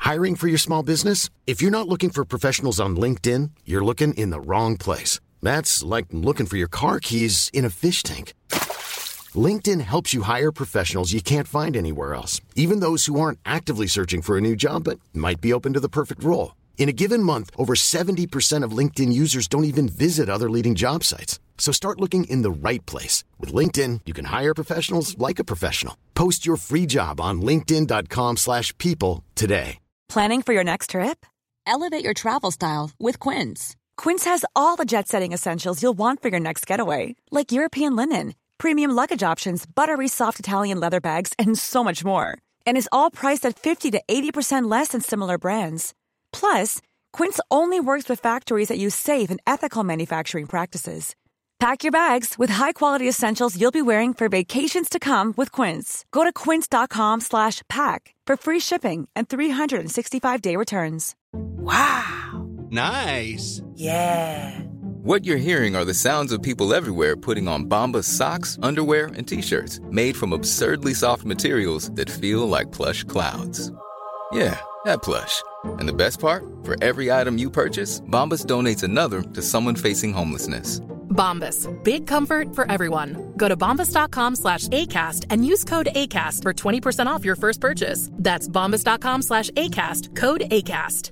Hiring for your small business? If you're not looking for professionals on LinkedIn, you're looking in the wrong place. That's like looking for your car keys in a fish tank. LinkedIn helps you hire professionals you can't find anywhere else, even those who aren't actively searching for a new job but might be open to the perfect role. In a given month, over 70% of LinkedIn users don't even visit other leading job sites. So start looking in the right place. With LinkedIn, you can hire professionals like a professional. Post your free job on linkedin.com/people today. Planning for your next trip? Elevate your travel style with Quince. Quince has all the jet-setting essentials you'll want for your next getaway, like European linen, premium luggage options, buttery soft Italian leather bags, and so much more. And is all priced at 50 to 80% less than similar brands. Plus, Quince only works with factories that use safe and ethical manufacturing practices. Pack your bags with high-quality essentials you'll be wearing for vacations to come with Quince. Go to quince.com/pack for free shipping and 365-day returns. Wow. Nice. Yeah. What you're hearing are the sounds of people everywhere putting on Bombas socks, underwear, and T-shirts made from absurdly soft materials that feel like plush clouds. Yeah, that plush. And the best part? For every item you purchase, Bombas donates another to someone facing homelessness. Bombas. Big comfort for everyone. Go to bombas.com/ACAST and use code ACAST for 20% off your first purchase. That's bombas.com/ACAST. Code ACAST.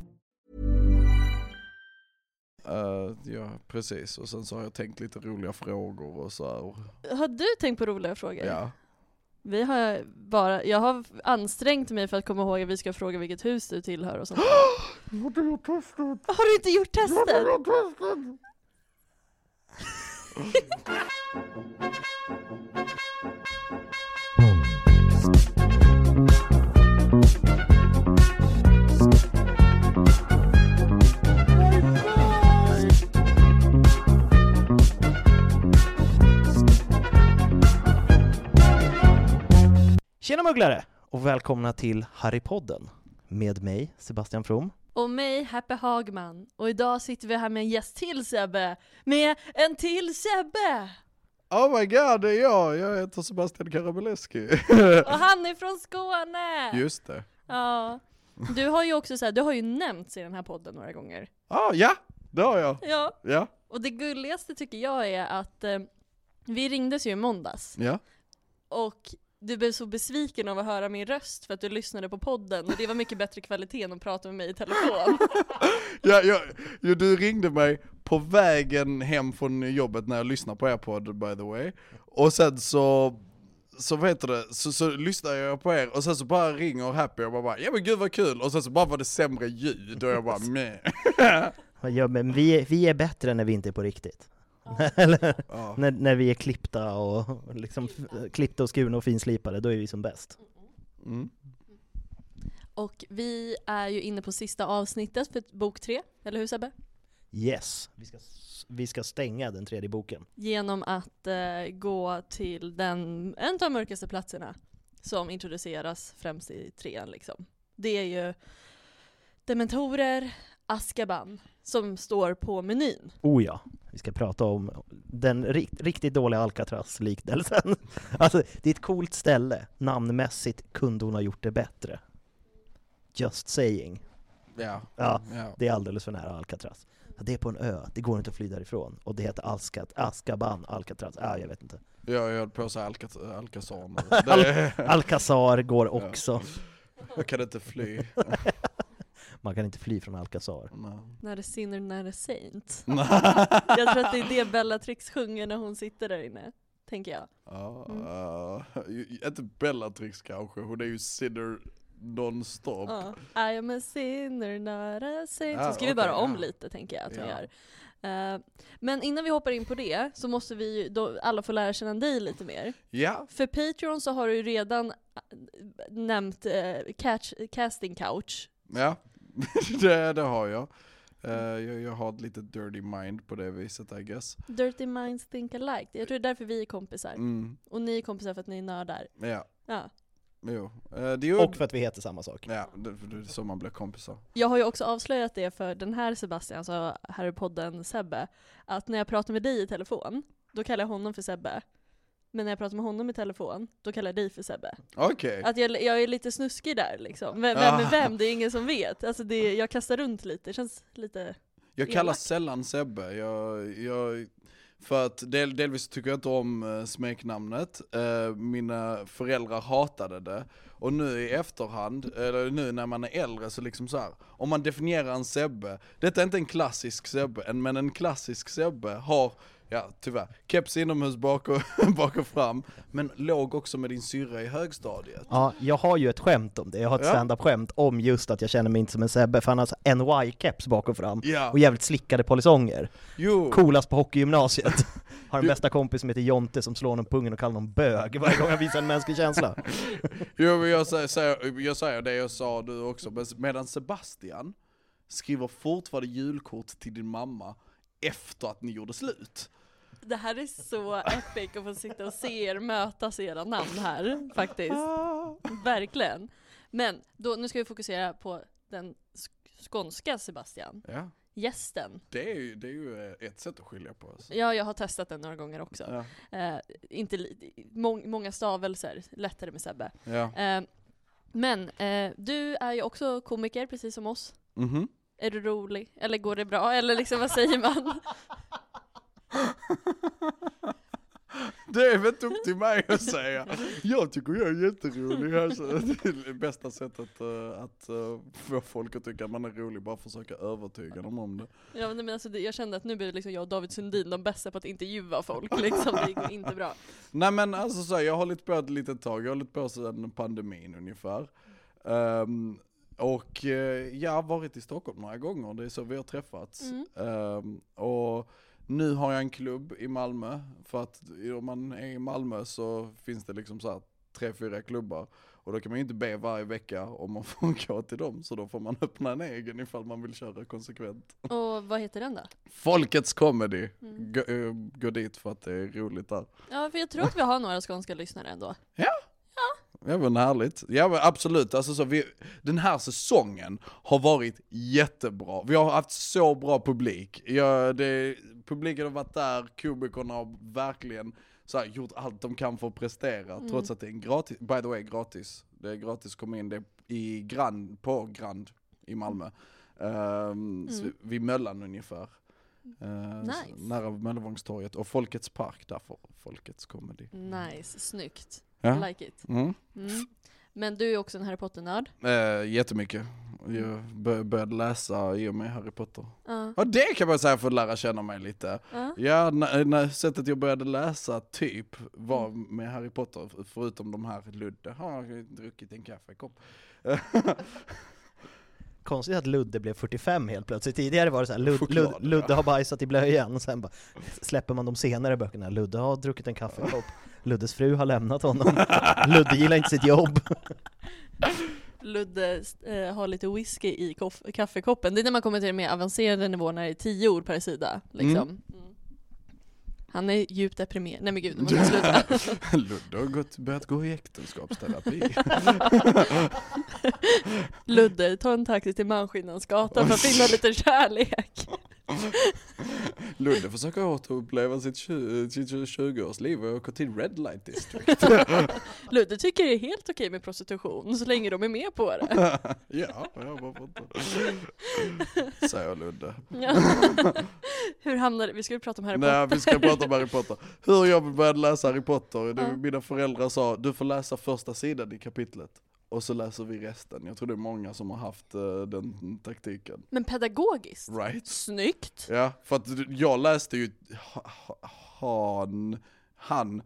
Ja, precis. Och sen så har jag tänkt lite roliga frågor och så här. Har du tänkt på roliga frågor? Ja. Jag har ansträngt mig för att komma ihåg att vi ska fråga vilket hus du tillhör och sånt. Har du inte gjort testet? Tjena mugglare och välkomna till Harrypodden med mig Sebastian From Och mig Happy Hagman. Och idag sitter vi här med en gäst till Sebbe. Med en till Sebbe! Oh my god, det är jag. Jag heter Sebastian Karabeleski. Och han är från Skåne! Just det. Ja. Du har ju också så här, du har ju nämnts i den här podden några gånger. Ja, det har jag. Ja. Och det gulligaste tycker jag är att vi ringdes ju i måndags. Ja. Och du blev så besviken av att höra min röst för att du lyssnade på podden. Och det var mycket bättre kvalitet än att prata med mig i telefon. Ja, du ringde mig på vägen hem från jobbet när jag lyssnade på er podd, by the way. Och sen så lyssnade jag på er och sen så bara ringer Happy och bara, ja men gud vad kul. Och sen så bara var det sämre ljud och jag bara, meh. Ja, men vi är bättre när vi inte är på riktigt. Eller när vi är klippta och liksom klippta och skurna och finslipade, då är vi som bäst. Mm. Och vi är ju inne på sista avsnittet för bok 3, eller hur Sebbe? Yes, vi ska stänga den 3:e boken. Genom att gå till en av de mörkaste platserna som introduceras främst i 3:an liksom. Det är ju Dementorer, Azkaban som står på menyn. Oh ja, vi ska prata om den riktigt dåliga Alcatraz-liknelsen. Alltså, det är ett coolt ställe. Namnmässigt kunde hon ha gjort det bättre. Just saying. Ja, det är alldeles för nära Alcatraz. Det är på en ö, det går inte att fly därifrån. Och det heter Azkaban, Alcatraz. Jag vet inte. Jag höll på att säga Alcazar. Alcazar går också. Jag kan inte fly. Man kan inte fly från Alcazar. När det sinner, när det saint. Jag tror att det är det Bellatrix sjunger när hon sitter där inne, tänker jag. Inte Bellatrix kanske, hon är ju sinner non-stop. I am a sinner, not a saint. Så skriver vi bara om lite, tänker jag att hon gör. Men innan vi hoppar in på det så måste vi då alla få lära känna dig lite mer. Ja. För Patreon så har du ju redan nämnt casting couch. Ja, det har jag. Jag har ett litet dirty mind på det viset, I guess. Dirty minds think alike. Jag tror det är därför vi är kompisar. Och ni är kompisar för att ni är nördar. Ja. Jo. Och för att vi heter samma sak. Ja, det är så man blir kompisar. Jag har ju också avslöjat det för den här Sebastian, alltså Harrypodden Sebbe, att när jag pratar med dig i telefon, då kallar jag honom för Sebbe. Men när jag pratar med honom i telefon, då kallar jag dig för Sebbe. Okej. Att jag är lite snuskig där liksom. Vem är vem? Det är ingen som vet. Alltså jag kastar runt lite. Det känns lite Jag kallar sällan Sebbe. För att delvis tycker jag inte om smeknamnet. Mina föräldrar hatade det. Och nu i efterhand, eller nu när man är äldre, så liksom så här. Om man definierar en Sebbe, detta är inte en klassisk Sebbe, men en klassisk Sebbe har, ja tyvärr, keps inomhus bak och fram, men låg också med din syrra i högstadiet. Ja, jag har ju ett skämt om det. Jag har ett stand-up-skämt om just att jag känner mig inte som en Sebbe, för han har NY-keps bak och fram. Ja. Och jävligt slickade polisonger. Jo. Coolast på hockeygymnasiet. Har en bästa kompis som heter Jonte som slår någon pungen och kallar någon bög varje gång han visar en mänsklig känsla. Jo, men jag säger det jag sa du också, medan Sebastian skriver fortfarande julkort till din mamma efter att ni gjorde slut. Det här är så epic att få sitta och se er mötas era namn här, faktiskt. Verkligen. Men nu ska vi fokusera på den skånska Sebastian. Ja. Gästen. Det är ju ett sätt att skilja på oss. Ja, jag har testat den några gånger också. Ja. Många stavelser, lättare med Sebbe. Ja. Men du är ju också komiker, precis som oss. Mhm. Är du rolig? Eller går det bra? Eller liksom, vad säger man? Det är väl upp till mig att säga. Jag tycker jag är jätterolig. Alltså, det är det bästa sättet att få folk att tycka att man är rolig. Bara försöka övertyga dem om det. Ja, men alltså, jag kände att nu blir liksom jag och David Sundin de bästa på att intervjua folk. Liksom. Det går inte bra. Nej, men alltså så jag har hållit på ett litet tag. Jag har hållit på sedan pandemin ungefär. Och jag har varit i Stockholm några gånger. Det är så vi har träffats. Och nu har jag en klubb i Malmö, för att om man är i Malmö så finns det liksom så här 3-4 klubbar, och då kan man ju inte be varje vecka om man får gå till dem, så då får man öppna en egen ifall man vill köra konsekvent. Och vad heter den då? Folkets Comedy. Gå dit för att det är roligt där. Ja, för jag tror att vi har några skånska lyssnare ändå. Ja, men härligt. Ja, men absolut. Alltså, den här säsongen har varit jättebra. Vi har haft så bra publik. Publiken har varit där, komikerna har verkligen så här, gjort allt de kan för att prestera, trots att det är en gratis, by the way, gratis. Det är gratis att komma in, det är på Grand i Malmö. Vid Möllan ungefär. Nice. Nära Möllevångstorget och Folkets Park, därför Folkets Comedy. Nice, snyggt. Ja. Like it. Men du är också en Harry Potter-nörd. Jättemycket. Jag började läsa i och med Harry Potter. Och det kan man säga för att lära känna mig lite. Ja, när sättet jag började läsa typ var med Harry Potter, förutom de här Ludde. Har jag druckit en kaffekopp. Konstigt att Ludde blev 45 helt plötsligt. Tidigare var det så här, Ludde har bajsat i blöjan, och sen bara släpper man de senare böckerna. Ludde har druckit en kaffekopp. Luddes fru har lämnat honom. Ludde gillar inte sitt jobb. Ludde har lite whisky i kaffekoppen. Det är när man kommer till de mer avancerade nivåerna, när det är 10 ord per sida. Liksom. Han är djupt deprimerad. Nej men gud, man ska sluta. Ludde har börjat gå i äktenskapsterapi. Ludde, ta en taxi till Malmskillnadsgatan för att finna lite kärlek. Ludde försöker återuppleva sitt 20-årsliv och åka till Red Light District. Ludde tycker det är helt okej med prostitution så länge de är med på det. Ja, varför inte? Säger Ludde. Hur hamnade vi? Ska prata om Harry Potter? Nej, vi ska prata om Harry Potter. Hur jag började läsa Harry Potter. Mina föräldrar sa, du får läsa första sidan i kapitlet. Och så läser vi resten. Jag tror det är många som har haft den taktiken. Men pedagogiskt? Right. Snyggt. Ja, för att jag läste ju han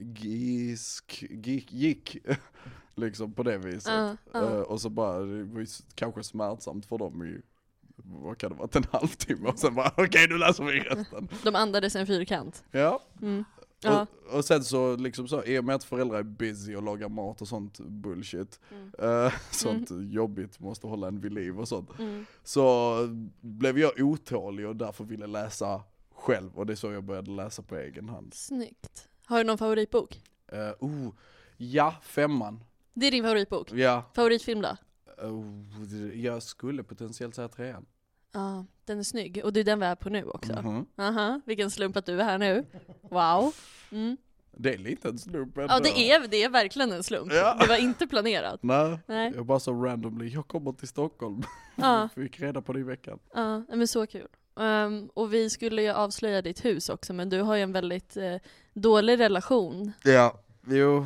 gick liksom på det viset. Och så bara, det var kanske smärtsamt för dem i, vad kan det vara, en halvtimme. Och sen bara, okej, nu läser vi resten. De andades en fyrkant. Ja. Och sen så liksom så, i och med att föräldrar är busy och lagar mat och sånt bullshit, sånt jobbigt, måste hålla en vid liv och sånt, så blev jag otålig och därför ville läsa själv, och det är så jag började läsa på egen hand. Snyggt. Har du någon favoritbok? Ja, 5:an. Det är din favoritbok? Ja. Favoritfilm då? Jag skulle potentiellt säga 3:an. Ja, den är snygg. Och det är den vi är på nu också. Vilken slump att du är här nu. Wow. Det är lite en slump ändå. Ja, det är verkligen en slump. Ja. Det var inte planerat. Nej, Nej. jag bara så randomly, jag kommer till Stockholm. Ja. Fick reda på det i veckan. Ja, men så kul. Och vi skulle ju avslöja ditt hus också, men du har ju en väldigt dålig relation. Ja. Jo,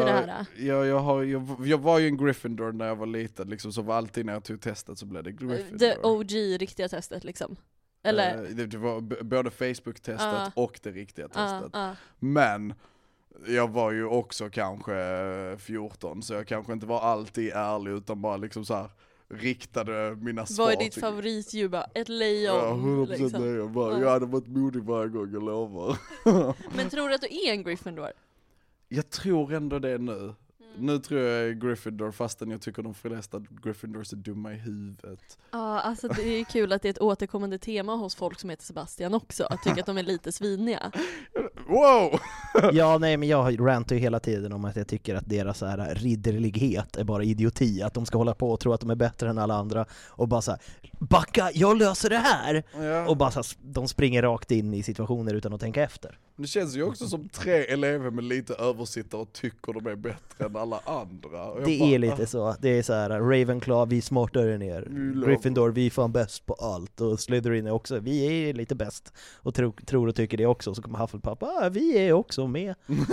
jag var ju en Gryffindor när jag var liten, liksom, så var alltid när jag tog testet så blev det Gryffindor. Det OG-riktiga testet liksom. Eller? Det var både Facebook-testet och det riktiga testet. Ja. Men jag var ju också kanske 14, så jag kanske inte var alltid ärlig utan bara liksom så här riktade mina svar. Vad är ditt favoritdjur? Bara ett lejon? Ja, 100% liksom. lejon. Jag hade varit modig varje gång, jag lovar. Men tror du att du är en Gryffindor? Jag tror ändå det nu. Nu tror jag är Gryffindor, fastän jag tycker de flesta Gryffindors är dumma i huvudet. Ja, alltså det är kul att det är ett återkommande tema hos folk som heter Sebastian också. Att tycka att de är lite sviniga. Wow! Ja, nej, men jag rantar ju hela tiden om att jag tycker att deras så här ridderlighet är bara idioti. Att de ska hålla på och tro att de är bättre än alla andra. Och bara så här, backa, jag löser det här! Ja. Och bara så här, de springer rakt in i situationer utan att tänka efter. Det känns ju också som 3 elever med lite översittare och tycker de är bättre än alla andra. Och Det är lite så. Det är så här, Ravenclaw, vi är smartare än er. Gryffindor, vi är fan bäst på allt. Och Slytherin är också, vi är lite bäst. Och tror och tycker det också. Så kommer Hufflepuff, vi är också med.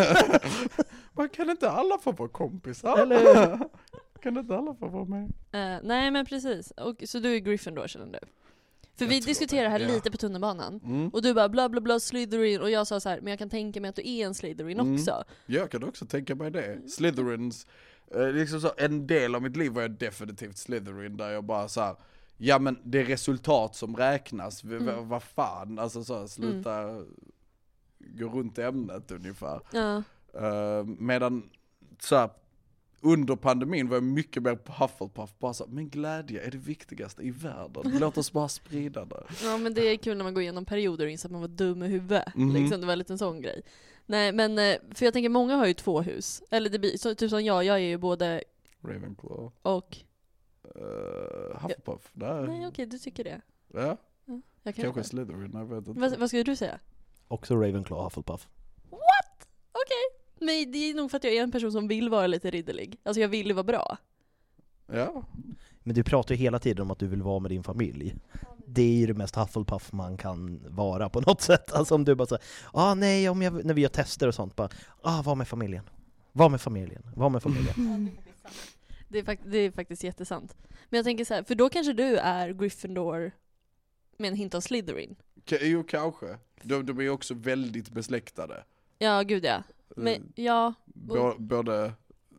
Man kan inte alla få vara kompisar? Eller? Kan inte alla få vara med? Nej, men precis. Så du är Gryffindor, känner du? För vi diskuterar här lite på tunnelbanan. Och du bara bla bla bla Slytherin. Och jag sa så här, men jag kan tänka mig att du är en Slytherin också. Jag kan också tänka mig det. Slytherins, liksom så, en del av mitt liv var jag definitivt Slytherin. Där jag bara så här, ja men det är resultat som räknas. Vad fan, alltså så här, sluta gå runt ämnet ungefär. Ja. Medan så här, under pandemin var jag mycket mer på Hufflepuff, bara så, men glädje är det viktigaste i världen. Låt oss bara sprida det. Ja, men det är kul när man går igenom perioder och inser att man var dum i huvudet. Liksom, det var lite en sån grej. Nej, men för jag tänker många har ju 2 hus. Eller det blir så typ som jag är ju både Ravenclaw och Hufflepuff. Nej, okej, du tycker det. Ja. Jag Kanske Slytherin, jag vet inte. Vad skulle du säga? Också Ravenclaw, Hufflepuff. What? Okej. Men det är nog för att jag är en person som vill vara lite ridderlig. Alltså jag vill ju vara bra. Ja. Men du pratar ju hela tiden om att du vill vara med din familj. Det är ju det mest Hufflepuff man kan vara på något sätt. Alltså om du bara säger, nej, när vi gör tester och sånt, bara, var med familjen. Var med familjen. Var med familjen. Det är faktiskt jättesant. Men jag tänker så här, för då kanske du är Gryffindor med en hint av Slytherin. Jo, kanske. De är ju också väldigt besläktade. Ja, gud ja. Men ja. Både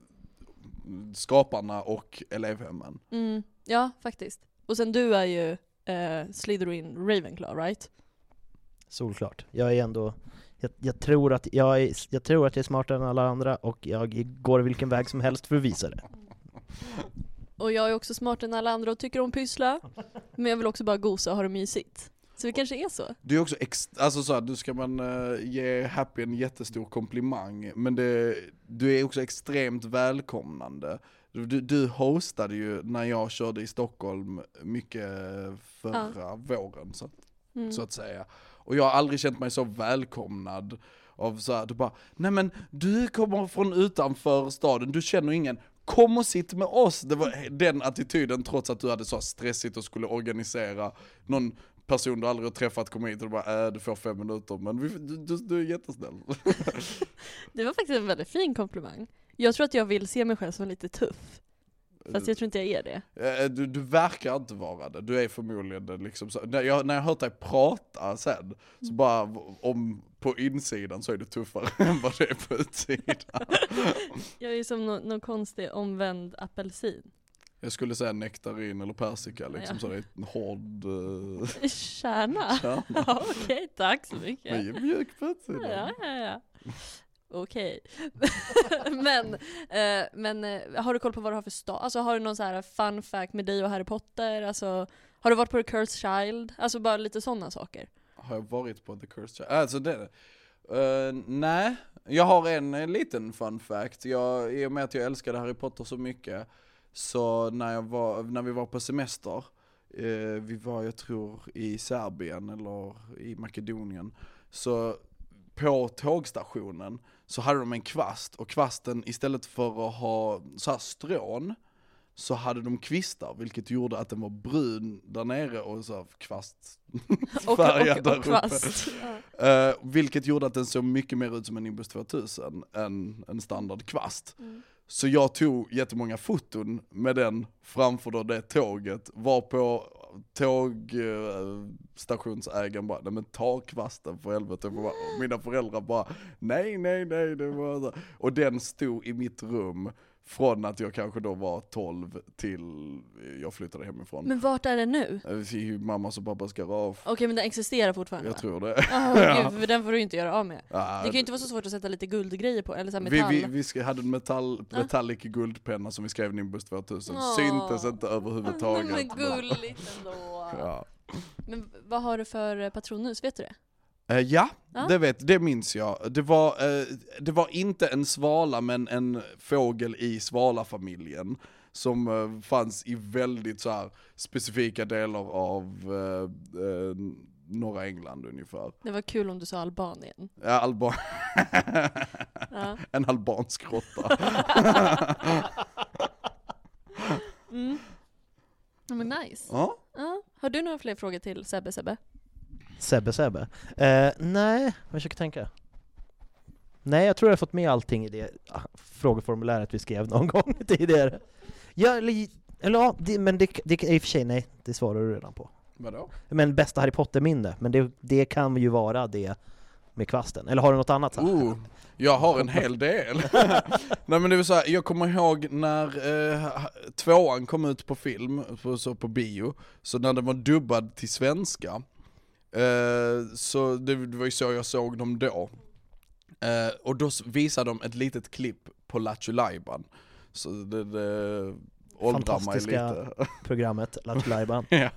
skaparna och elevhemmen. Ja, faktiskt. Och sen du är ju Slytherin Ravenclaw, right? Solklart. Jag är ändå jag tror att jag är smartare än alla andra och jag går vilken väg som helst för att visa det. Och jag är också smartare än alla andra och tycker om pyssla. Men jag vill också bara gosa och ha det mysigt. Så det kanske är så. Du är också alltså så här, du ska man ge Happy en jättestor komplimang, men du är också extremt välkomnande. Du hostade ju när jag körde i Stockholm mycket förra våren så att säga. Och jag har aldrig känt mig så välkomnad av så här, du bara, nej men du kommer från utanför staden, du känner ingen. Kom och sitt med oss. Det var den attityden, trots att du hade så stressigt och skulle organisera någon person du aldrig har träffat kom hit och bara, du får 5 minuter, men du är jättesnäll. Det var faktiskt en väldigt fin komplimang. Jag tror att jag vill se mig själv som lite tuff. Fast jag tror inte jag är det. Du verkar inte vara det. Du är förmodligen det liksom så. När jag har hört dig prata sen, så bara om på insidan så är du tuffare än vad det är på utsidan. Jag är som någon konstig omvänd apelsin. Jag skulle säga nektarin eller persika liksom, så det är en hård kärna. Ja, okej, tack så mycket. Men är mjuk på utsidan. Ja. Okej. Men har du koll på vad du har för stad? Alltså har du någon så här fun fact med dig och Harry Potter? Alltså har du varit på The Cursed Child? Alltså bara lite sådana saker. Har jag varit på The Cursed Child? Alltså nej, jag har en liten fun fact. I och med att jag älskade Harry Potter så mycket, så när vi var på semester, vi var, jag tror, i Serbien eller i Makedonien, så på tågstationen så hade de en kvast, och kvasten istället för att ha så här strån så hade de kvistar, vilket gjorde att den var brun där nere och så här kvastfärgad där uppe. Vilket gjorde att den såg mycket mer ut som en Nimbus 2000 än en standard kvast. Så jag tog jättemånga foton med den framför då det tåget, var på tågstationsägaren bara, nej men ta kvasten för helvete. Och mina föräldrar bara, nej, det var så. Och den stod i mitt rum från att jag kanske då var 12 till jag flyttade hemifrån. Men vart är den nu? I mammas och pappas garage. Okej, men den existerar fortfarande? Jag tror det. Gud, för den får du inte göra av med. Det kan ju inte vara så svårt att sätta lite guldgrejer på, eller så här metall. Vi hade en metallic guldpenna som vi skrev Nimbus 2000. Syntes inte överhuvudtaget. Men gulligt ändå. Ja. Men vad har du för patronhus, vet du det? Ja, det minns jag. Det var inte en svala, men en fågel i svalafamiljen som fanns i väldigt så här specifika delar av norra England ungefär. Det var kul om du sa Albanien. Ja, en albansk råtta. Men nice. Ja. Har du några fler frågor till Sebbe? Sebbe. Nej, jag försöker tänka. Nej, jag tror jag har fått med allting i det frågeformuläret vi skrev någon gång tidigare. Men det i och för sig, nej, det svarar du redan på. Vadå? Men bästa Harry Potter-minne, men det kan ju vara det med kvasten. Eller har du något annat? Jag har en hel del. Nej, men det var så här, jag kommer ihåg när tvåan kom ut på film, på bio, så när den var dubbad till svenska, så det var ju så jag såg dem då. Och då visade de ett litet klipp på Lattjo Lajban. Så det åldrar mig lite. Programmet Lattjo Lajban. Ja.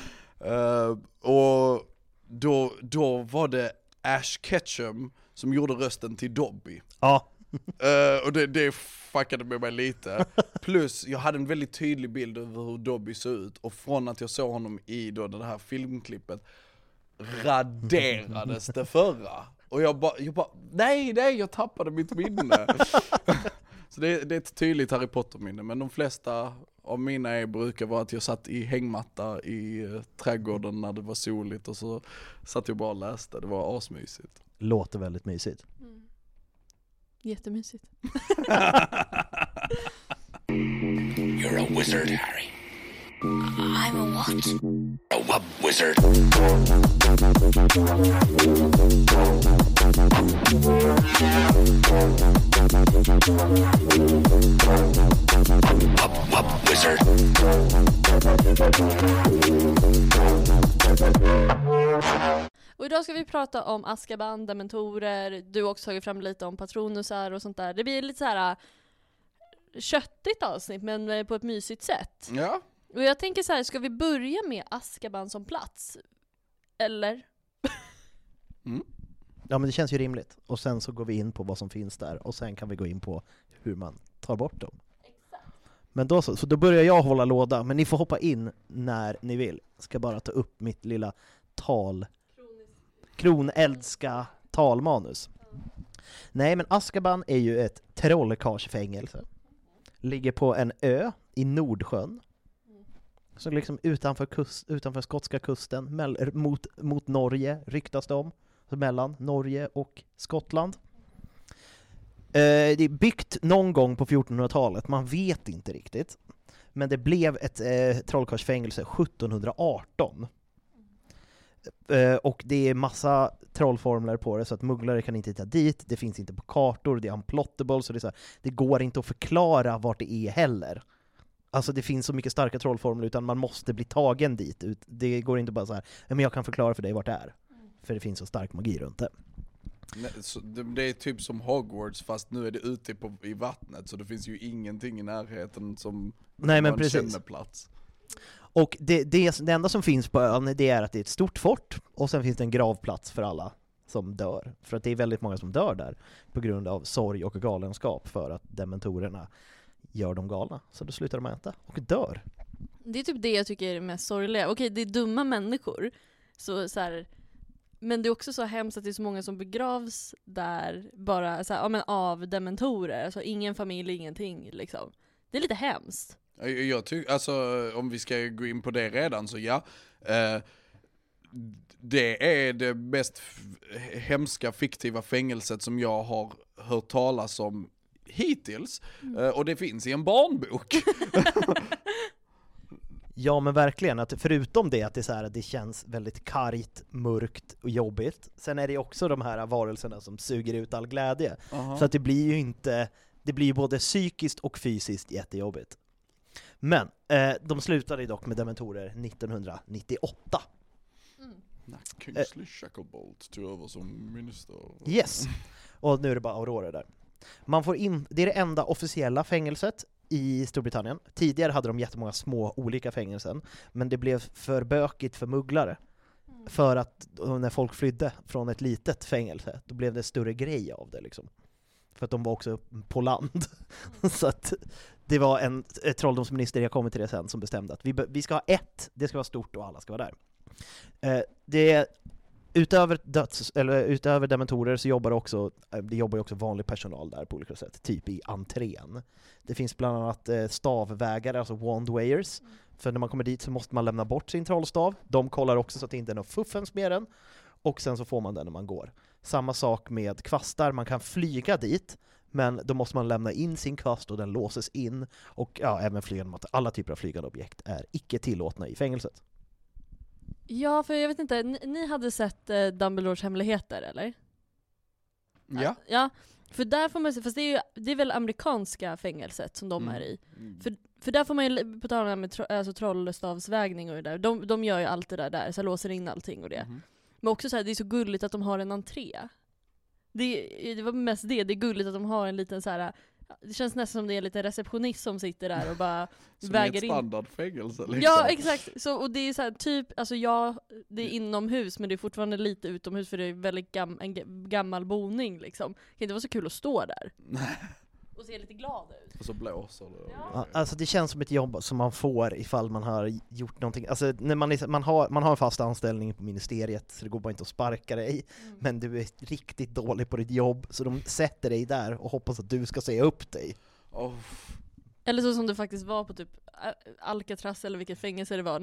Och då var det Ash Ketchum som gjorde rösten till Dobby. Ja. Och det fuckade med mig lite. Plus jag hade en väldigt tydlig bild över hur Dobby såg ut, och från att jag såg honom i då det här filmklippet raderades det förra. Och jag bara nej, jag tappade mitt minne. Så det är ett tydligt Harry Potter-minne, men de flesta av mina brukar vara att jag satt i hängmatta i trädgården när det var soligt, och så satt jag bara och läste. Det var asmysigt. Låter väldigt mysigt. Jättemysigt. You're a wizard, Harry. I'm a what? A wizard. Wizard. Och idag ska vi prata om Azkaban, dementorer. Du har också tagit fram lite om patronusar och sånt där. Det blir lite så här köttigt avsnitt, men på ett mysigt sätt. Ja. Och jag tänker så här, ska vi börja med Azkaban som plats? Eller? Ja, men det känns ju rimligt. Och sen så går vi in på vad som finns där. Och sen kan vi gå in på hur man tar bort dem. Exakt. Men då så då börjar jag hålla låda. Men ni får hoppa in när ni vill. Jag ska bara ta upp mitt lilla kroneldska talmanus. Nej, men Azkaban är ju ett trollkarlsfängelse. Ligger på en ö i Nordsjön. Så liksom utanför skotska kusten mot Norge ryktas det om. Mellan Norge och Skottland. Det är byggt någon gång på 1400-talet. Man vet inte riktigt. Men det blev ett trollkarlsfängelse 1718. Och det är massa trollformler på det, så att mugglare kan inte hitta dit. Det finns inte på kartor, det är unplottable, så det går inte att förklara vart det är heller. Alltså det finns så mycket starka trollformler, utan man måste bli tagen dit. Det går inte bara så här, men jag kan förklara för dig vart det är. För det finns så stark magi runt det. Så det är typ som Hogwarts, fast nu är det ute i vattnet, så det finns ju ingenting i närheten som man känner plats. Och det enda som finns på ön, det är att det är ett stort fort, och sen finns det en gravplats för alla som dör. För att det är väldigt många som dör där på grund av sorg och galenskap, för att dementorerna gör dem galna. Så då slutar de äta och dör. Det är typ det jag tycker är mest sorgliga. Okej, det är dumma människor. Så här, Men det är också så hemskt att det är så många som begravs där bara så här, ja, men av dementorer. Alltså ingen familj, ingenting liksom. Det är lite hemskt. Jag tycker, alltså om vi ska gå in på det redan så ja. Det är det mest hemska fiktiva fängelset som jag har hört talas om hittills. Och det finns i en barnbok. Ja, men verkligen, att förutom det att det, är så här, det känns väldigt kargt, mörkt och jobbigt, sen är det också de här varelserna som suger ut all glädje. Så att det blir ju inte, det blir både psykiskt och fysiskt jättejobbigt. Men de slutade dock med dementorer 1998. Kingsley Shacklebolt tog över som minister. Yes, och nu är det bara Aurora där. Man får det är det enda officiella fängelset i Storbritannien. Tidigare hade de jättemånga små olika fängelsen, men det blev för bökigt för mugglare. För att när folk flydde från ett litet fängelse, då blev det större grej av det liksom. För att de var också på land. Så att det var en trolldomsminister, jag kommer till det sen, som bestämde att vi ska ha det ska vara stort och alla ska vara där. Det utöver dementorer så jobbar också vanlig personal där på olika sätt, typ i entrén. Det finns bland annat stavvägare, alltså wandwayers. För när man kommer dit så måste man lämna bort sin trollstav. De kollar också så att det inte är något fuffens med den. Och sen så får man den när man går. Samma sak med kvastar, man kan flyga dit, men då måste man lämna in sin kvast och den låses in. Och ja, även flygande, alla typer av flygande objekt är icke tillåtna i fängelset. Ja, för jag vet inte, ni hade sett Dumbledores hemligheter, eller? Ja. Ja, för där får man, fast det är väl amerikanska fängelset som de är i. För där får man ju, på tal om alltså trollstavsvägning och det där, de gör ju allt det där, så låser in allting och det. Men också så här, det är så gulligt att de har en entré. Det var mest det är gulligt att de har en liten så här. Det känns nästan som det är lite receptionist som sitter där och bara väger in. Som ett standardfängelse liksom. Ja, exakt. Så, och det är så här, typ, alltså det är inomhus, men det är fortfarande lite utomhus för det är väldigt en gammal boning liksom. Det kan inte vara så kul att stå där. Och se lite glad ut. Och så blåser det. Ja, alltså det känns som ett jobb som man får ifall man har gjort någonting. Alltså när man har en fast anställning på ministeriet, så det går bara inte att sparka dig. Men du är riktigt dålig på ditt jobb, så de sätter dig där och hoppas att du ska säga upp dig. Eller så som det faktiskt var på typ Alcatraz eller vilket fängelse det var,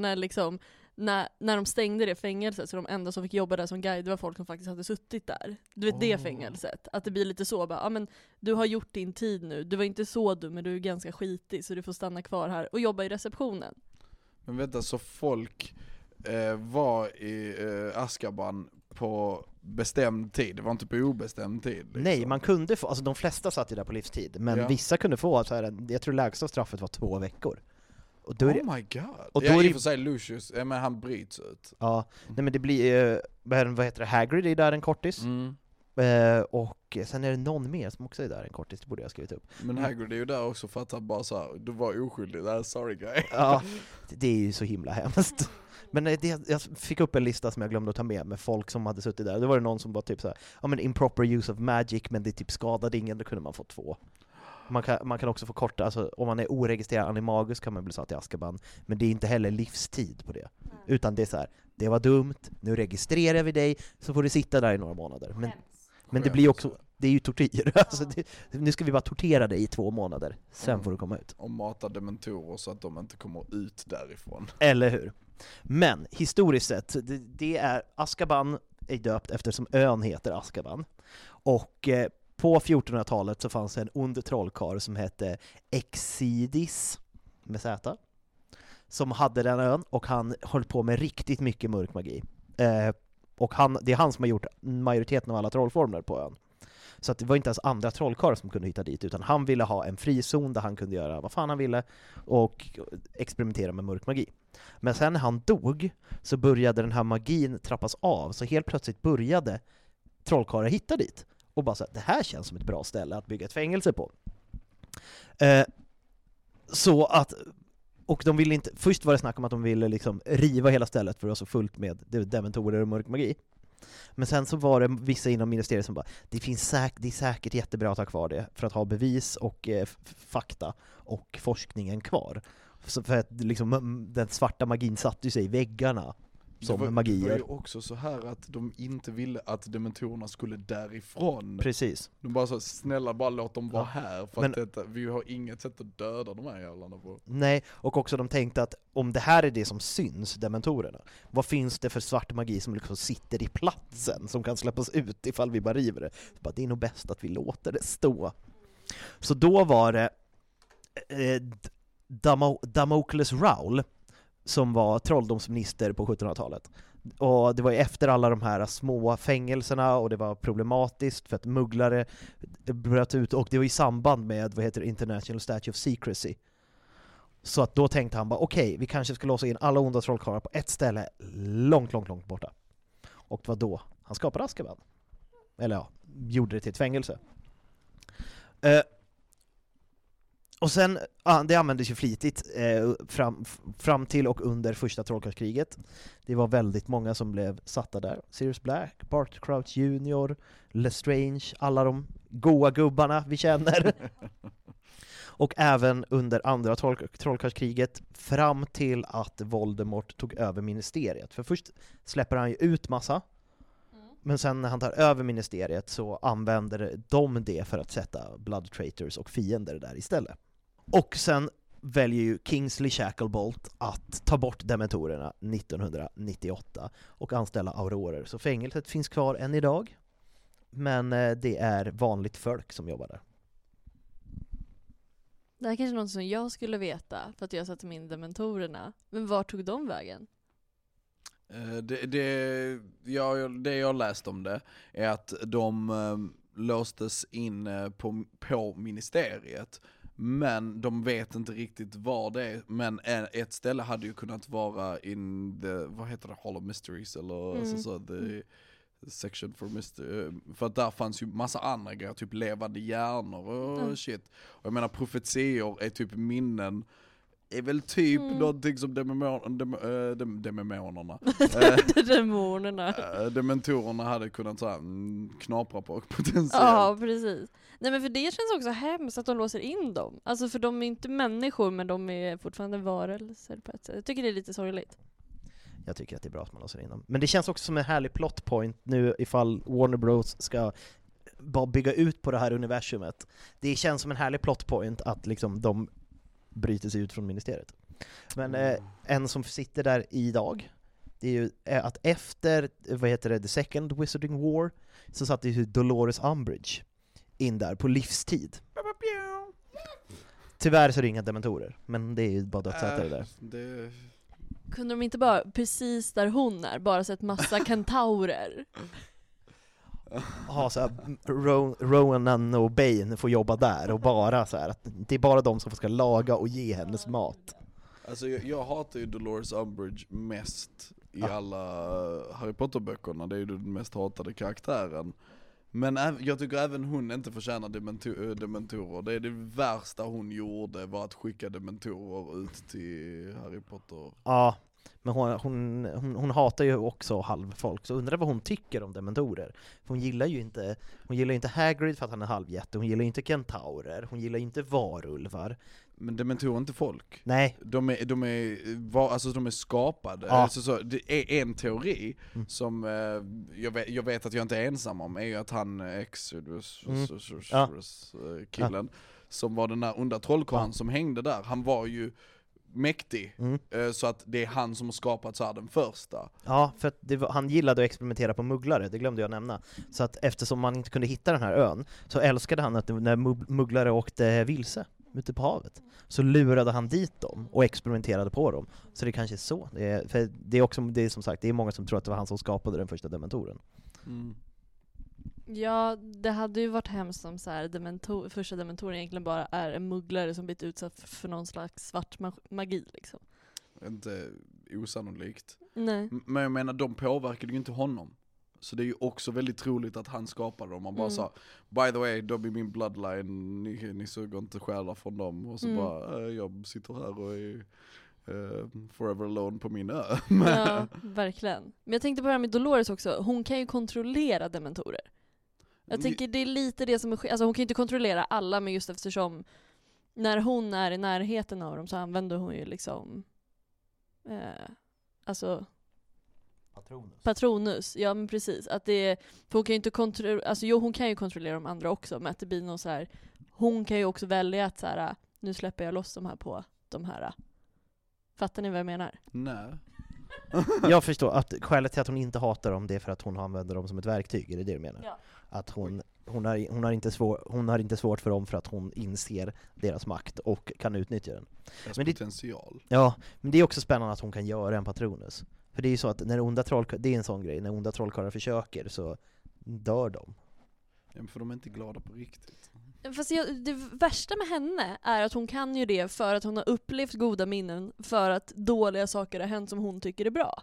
när de stängde det fängelset, så de enda som fick jobba där som guide var folk som faktiskt hade suttit där. Du vet det fängelset, att det blir lite så bara, ja men du har gjort din tid nu, du var inte så dum men du är ganska skitig så du får stanna kvar här och jobba i receptionen. Men vänta, så folk var i Azkaban på bestämd tid, det var inte på obestämd tid liksom. Nej, man kunde få, alltså de flesta satt ju där på livstid, men vissa kunde få så här, jag tror lägsta straffet var 2 veckor. Och då my god. Och då är det för sig Lucius, men han bryts ut. Ja, nej men det blir vad heter det, Hagrid är där en kortis. Och sen är det någon mer som också är där en kortis, det borde jag ha skrivit upp. Men Hagrid är ju där också för att han bara så här, du var oskyldig där, sorry guy. Ja, det är ju så himla hemskt. Men jag fick upp en lista som jag glömde att ta med folk som hade suttit där. Då var det någon som var typ så här, ja men improper use of magic, men det typ skadade ingen, då kunde man få 2. Man kan också få korta, alltså om man är oregistrerad animagus kan man bli satt i Azkaban, men det är inte heller livstid på det. Utan det är så här, det var dumt, nu registrerar vi dig, så får du sitta där i några månader. Men det blir också, det är ju tortyr. Alltså nu ska vi bara tortera dig i 2 månader, sen får du komma ut. Och mata dementorer så att de inte kommer ut därifrån. Eller hur? Men historiskt sett, det är Azkaban är döpt eftersom ön heter Azkaban. Och på 1400-talet så fanns en ond trollkarl som hette Exidis med Z, som hade den ön, och han höll på med riktigt mycket mörk magi. Och det är han som har gjort majoriteten av alla trollformler på ön. Så att det var inte ens andra trollkarlar som kunde hitta dit, utan han ville ha en frizon där han kunde göra vad fan han ville och experimentera med mörk magi. Men sen när han dog så började den här magin trappas av, så helt plötsligt började trollkarlar hitta dit och bara så att det här känns som ett bra ställe att bygga ett fängelse på. Så att, och de ville inte, först var det snack om att de ville liksom riva hela stället för det var så fullt med dementorer och mörk magi. Men sen så var det vissa inom ministeriet som bara, det är säkert jättebra att ha kvar det för att ha bevis och fakta och forskningen kvar. Så för att liksom, den svarta magin satt ju sig i väggarna som magier. Det var ju också så här att de inte ville att dementorerna skulle därifrån. Precis. De bara så, snälla bara låt dem vara här, för att vi har inget sätt att döda de här jävlarna på. Nej, och också de tänkte att om det här är det som syns, dementorerna, vad finns det för svart magi som liksom sitter i platsen, som kan släppas ut ifall vi bara river det? Så bara, det är nog bäst att vi låter det stå. Så då var det Damocles Raoul som var trolldomsminister på 1700-talet. Och det var ju efter alla de här små fängelserna, och det var problematiskt för att mugglare bröt ut, och det var i samband med International Statute of Secrecy. Så att då tänkte han bara, okej, vi kanske ska låsa in alla onda trollkarlar på ett ställe långt borta. Och det var då han skapade Azkaban. Eller ja, gjorde det till ett fängelse. Och sen, det användes ju flitigt fram till och under första trollkarlskriget. Det var väldigt många som blev satta där. Sirius Black, Bart Crouch Jr., Lestrange, alla de goa gubbarna vi känner. Och även under andra trollkarlskriget fram till att Voldemort tog över ministeriet. För först släpper han ju ut massa, men sen när han tar över ministeriet så använder de det för att sätta Blood Traitors och fiender där istället. Och sen väljer ju Kingsley Shacklebolt att ta bort dementorerna 1998 och anställa aurorer. Så fängelset finns kvar än idag, men det är vanligt folk som jobbar där. Det här är kanske något som jag skulle veta för att jag satte in dementorerna. Men var tog de vägen? Det jag läst om det är att de låstes in på ministeriet. Men de vet inte riktigt var det är. Men ett ställe hade ju kunnat vara in the, vad heter det, Hall of Mysteries eller så the section for mystery. För att där fanns ju massa andra grejer, typ levande hjärnor och shit. Och jag menar, profetior är typ minnen. Är väl typ någonting som dementorerna hade kunnat så här, knapra på potentiellt. Ja, precis. Nej, men för det känns också hemskt att de låser in dem. Alltså, för de är inte människor, men de är fortfarande varelser på ett sätt. Jag tycker det är lite sorgligt. Jag tycker att det är bra att man låser in dem. Men det känns också som en härlig plot point nu ifall Warner Bros ska bara bygga ut på det här universumet. Det känns som en härlig plot point att liksom de bryter sig ut från ministeriet. Men en som sitter där idag, det är ju att efter the Second Wizarding War så satt ju Dolores Umbridge in där på livstid. Tyvärr så är det inga dementorer, men det är ju bara dödsätare där. Kunde de inte bara, precis där hon är, bara sett massa kentaurer? Så här, Rowan och Bane får jobba där och bara så här, att det är bara de som ska laga och ge hennes mat. Alltså jag hatar ju Dolores Umbridge mest i alla Harry Potter-böckerna. Det är ju den mest hatade karaktären. Men jag tycker även hon inte förtjänar dementorer. Det är det värsta hon gjorde, var att skicka dementorer ut till Harry Potter. Ja, men hon hatar ju också halvfolk. Så undrar vad hon tycker om dementorer. För hon gillar ju inte Hagrid för att han är halvjätte. Hon gillar inte kentaurer. Hon gillar inte varulvar. Men dementorer är inte folk. Nej. De är skapade. Ja. Alltså, så, det är en teori som jag vet att jag inte är ensam om, är ju att han Exodus killen som var den där onda trollkarlen som hängde där. Han var ju mäktig, så att det är han som har skapat så här den första. Ja, för att han gillade att experimentera på mugglare, det glömde jag nämna. Så att eftersom man inte kunde hitta den här ön så älskade han att när mugglare åkte vilse ute på havet så lurade han dit dem och experimenterade på dem. Så det kanske är så. Det är som sagt, det är många som tror att det var han som skapade den första dementoren. Ja, det hade ju varit hemskt om så här första dementoren egentligen bara är en mugglare som blivit utsatt för någon slags svart magi liksom. Inte osannolikt. Nej. Men jag menar, de påverkade ju inte honom. Så det är ju också väldigt troligt att han skapade dem. Man bara sa, by the way, de är min bloodline, ni suger inte själar från dem. Och så bara, jag sitter här och är forever alone på min ö. Ja, verkligen. Men jag tänkte på det här med Dolores också. Hon kan ju kontrollera dementorer. Jag tänker det är lite det som är, alltså hon kan ju inte kontrollera alla, men just eftersom när hon är i närheten av dem så använder hon ju liksom alltså Patronus, ja men precis. Att det, för hon kan ju inte kontrollera, alltså jo hon kan ju kontrollera de andra också, men att det blir någon så här, hon kan ju också välja att så här, nu släpper jag loss de här på de här. Fattar ni vad jag menar? Nej. Jag förstår att skälet till att hon inte hatar dem, det är för att hon använder dem som ett verktyg, är det du menar? Ja. Att hon har inte svårt för dem för att hon inser deras makt och kan utnyttja den. Deras men potential. Ja, men det är också spännande att hon kan göra en Patronus. För det är ju så att när onda det är en sån grej, när onda trollkarlar försöker så dör de. Ja, för de är inte glada på riktigt. Fast det värsta med henne är att hon kan ju det för att hon har upplevt goda minnen, för att dåliga saker har hänt som hon tycker är bra.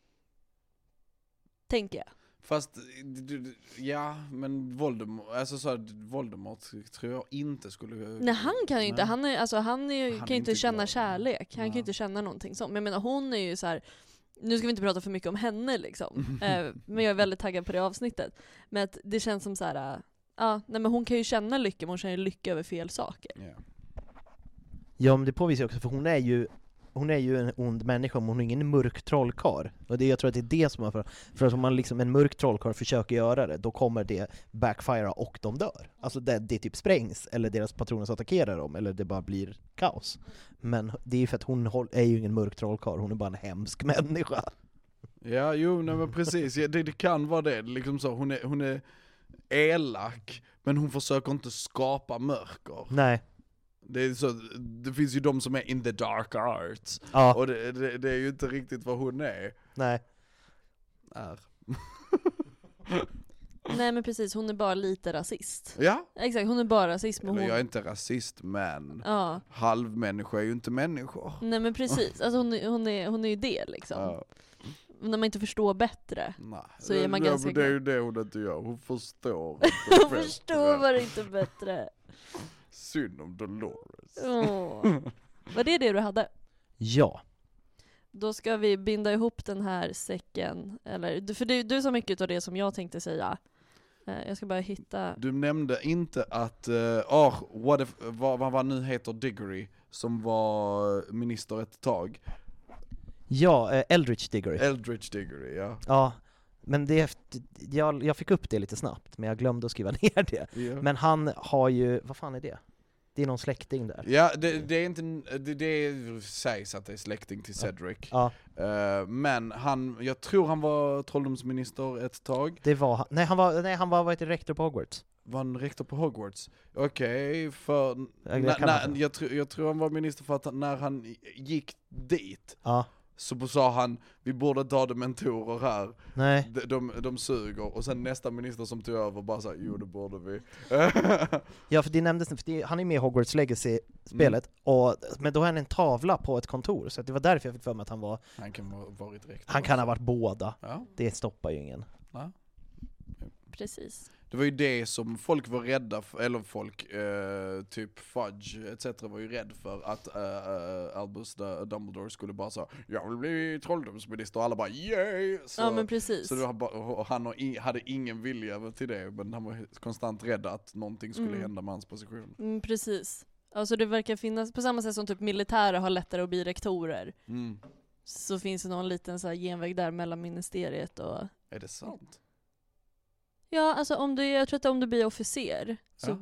Tänker jag. Fast, ja, men Voldemort tror jag inte skulle... Nej, han kan ju inte. Han kan ju inte känna glad. kärlek. Han kan ju inte känna någonting sånt. Men jag menar, hon är ju så här. Nu ska vi inte prata för mycket om henne liksom. Men jag är väldigt taggad på det avsnittet. Men att det känns som så här. Nej, men hon kan ju känna lycka, men hon känner lycka över fel saker. Yeah. Ja, men det påvisar också, för hon är ju en ond människa, men hon är ingen mörk trollkarl. Och jag tror att det är det som är för att om man liksom en mörk trollkarl försöker göra det, då kommer det backfire och de dör. Alltså det typ sprängs, eller deras patroner attackerar dem, eller det bara blir kaos. Men det är ju för att hon är ju ingen mörk trollkarl, hon är bara en hemsk människa. Ja, jo, nej, men precis. Ja, det kan vara det. Liksom så, hon är elak, men hon försöker inte skapa mörker. Nej. Det finns ju de som är in the dark arts. Ja. Och det är ju inte riktigt vad hon är. Nej. Nej, men precis, hon är bara lite rasist. Ja. Exakt, hon är bara rasist. Men jag är inte rasist, men ja. Halvmänniskor är ju inte människor. Nej, men precis, alltså hon är ju det liksom. Ja. När man inte förstår bättre. Nej. Så är man ganska... Det är ju det hon inte gör. Hon förstår hon förstår bara inte bättre. Synd om Dolores. Var det du hade? Ja. Då ska vi binda ihop den här säcken. Eller, för du sa mycket av det som jag tänkte säga. Jag ska bara hitta... Du nämnde inte att vad nu heter Diggory, som var minister ett tag. Ja, Eldritch Diggory. Eldritch Diggory, ja. Ja, men jag fick upp det lite snabbt, men jag glömde att skriva ner det. Ja. Men han har ju, vad fan är det? Det är någon släkting där. Ja, det är inte, det sägs att det är släkting till Cedric. Ja. Men jag tror han var trolldomsminister ett tag. Det var han. Nej, han var rektor på Hogwarts. Var han rektor på Hogwarts? Okej, för jag tror han var minister för att när han gick dit. Ja. Så sa han, vi borde inte ha dementorer här. Nej. De suger. Och sen nästa minister som tog över bara sa, jo det borde vi. Ja, för det nämndes, han är med i Hogwarts Legacy-spelet. Men då har han en tavla på ett kontor. Så det var därför jag fick för mig att han var... Han kan ha varit rektor. Han kan ha varit båda. Ja. Det stoppar ju ingen. Ja. Precis. Det var ju det som folk var rädda för, eller folk, typ Fudge etc. var ju rädd för att Albus Dumbledore skulle bara säga, jag vill bli trolldomsminister, och alla bara yay! Så, ja, men precis. Så det var bara, han hade ingen vilja till det, men han var konstant rädd att någonting skulle hända med hans position. Precis. Alltså det verkar finnas, på samma sätt som typ militärer har lättare att bli rektorer, så finns det någon liten så här genväg där mellan ministeriet och... Är det sant? Ja, alltså jag tror att om du blir officer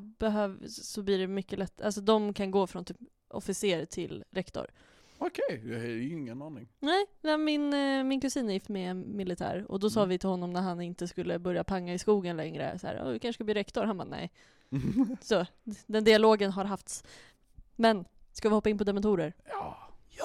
så blir det mycket lätt. Alltså de kan gå från typ officer till rektor. Okej, jag har ingen aning. Nej, min kusin är gift med militär, och då sa vi till honom när han inte skulle börja panga i skogen längre så här, du kanske ska bli rektor. Han bara nej. Så den dialogen har haft. Men ska vi hoppa in på dementorer? Ja.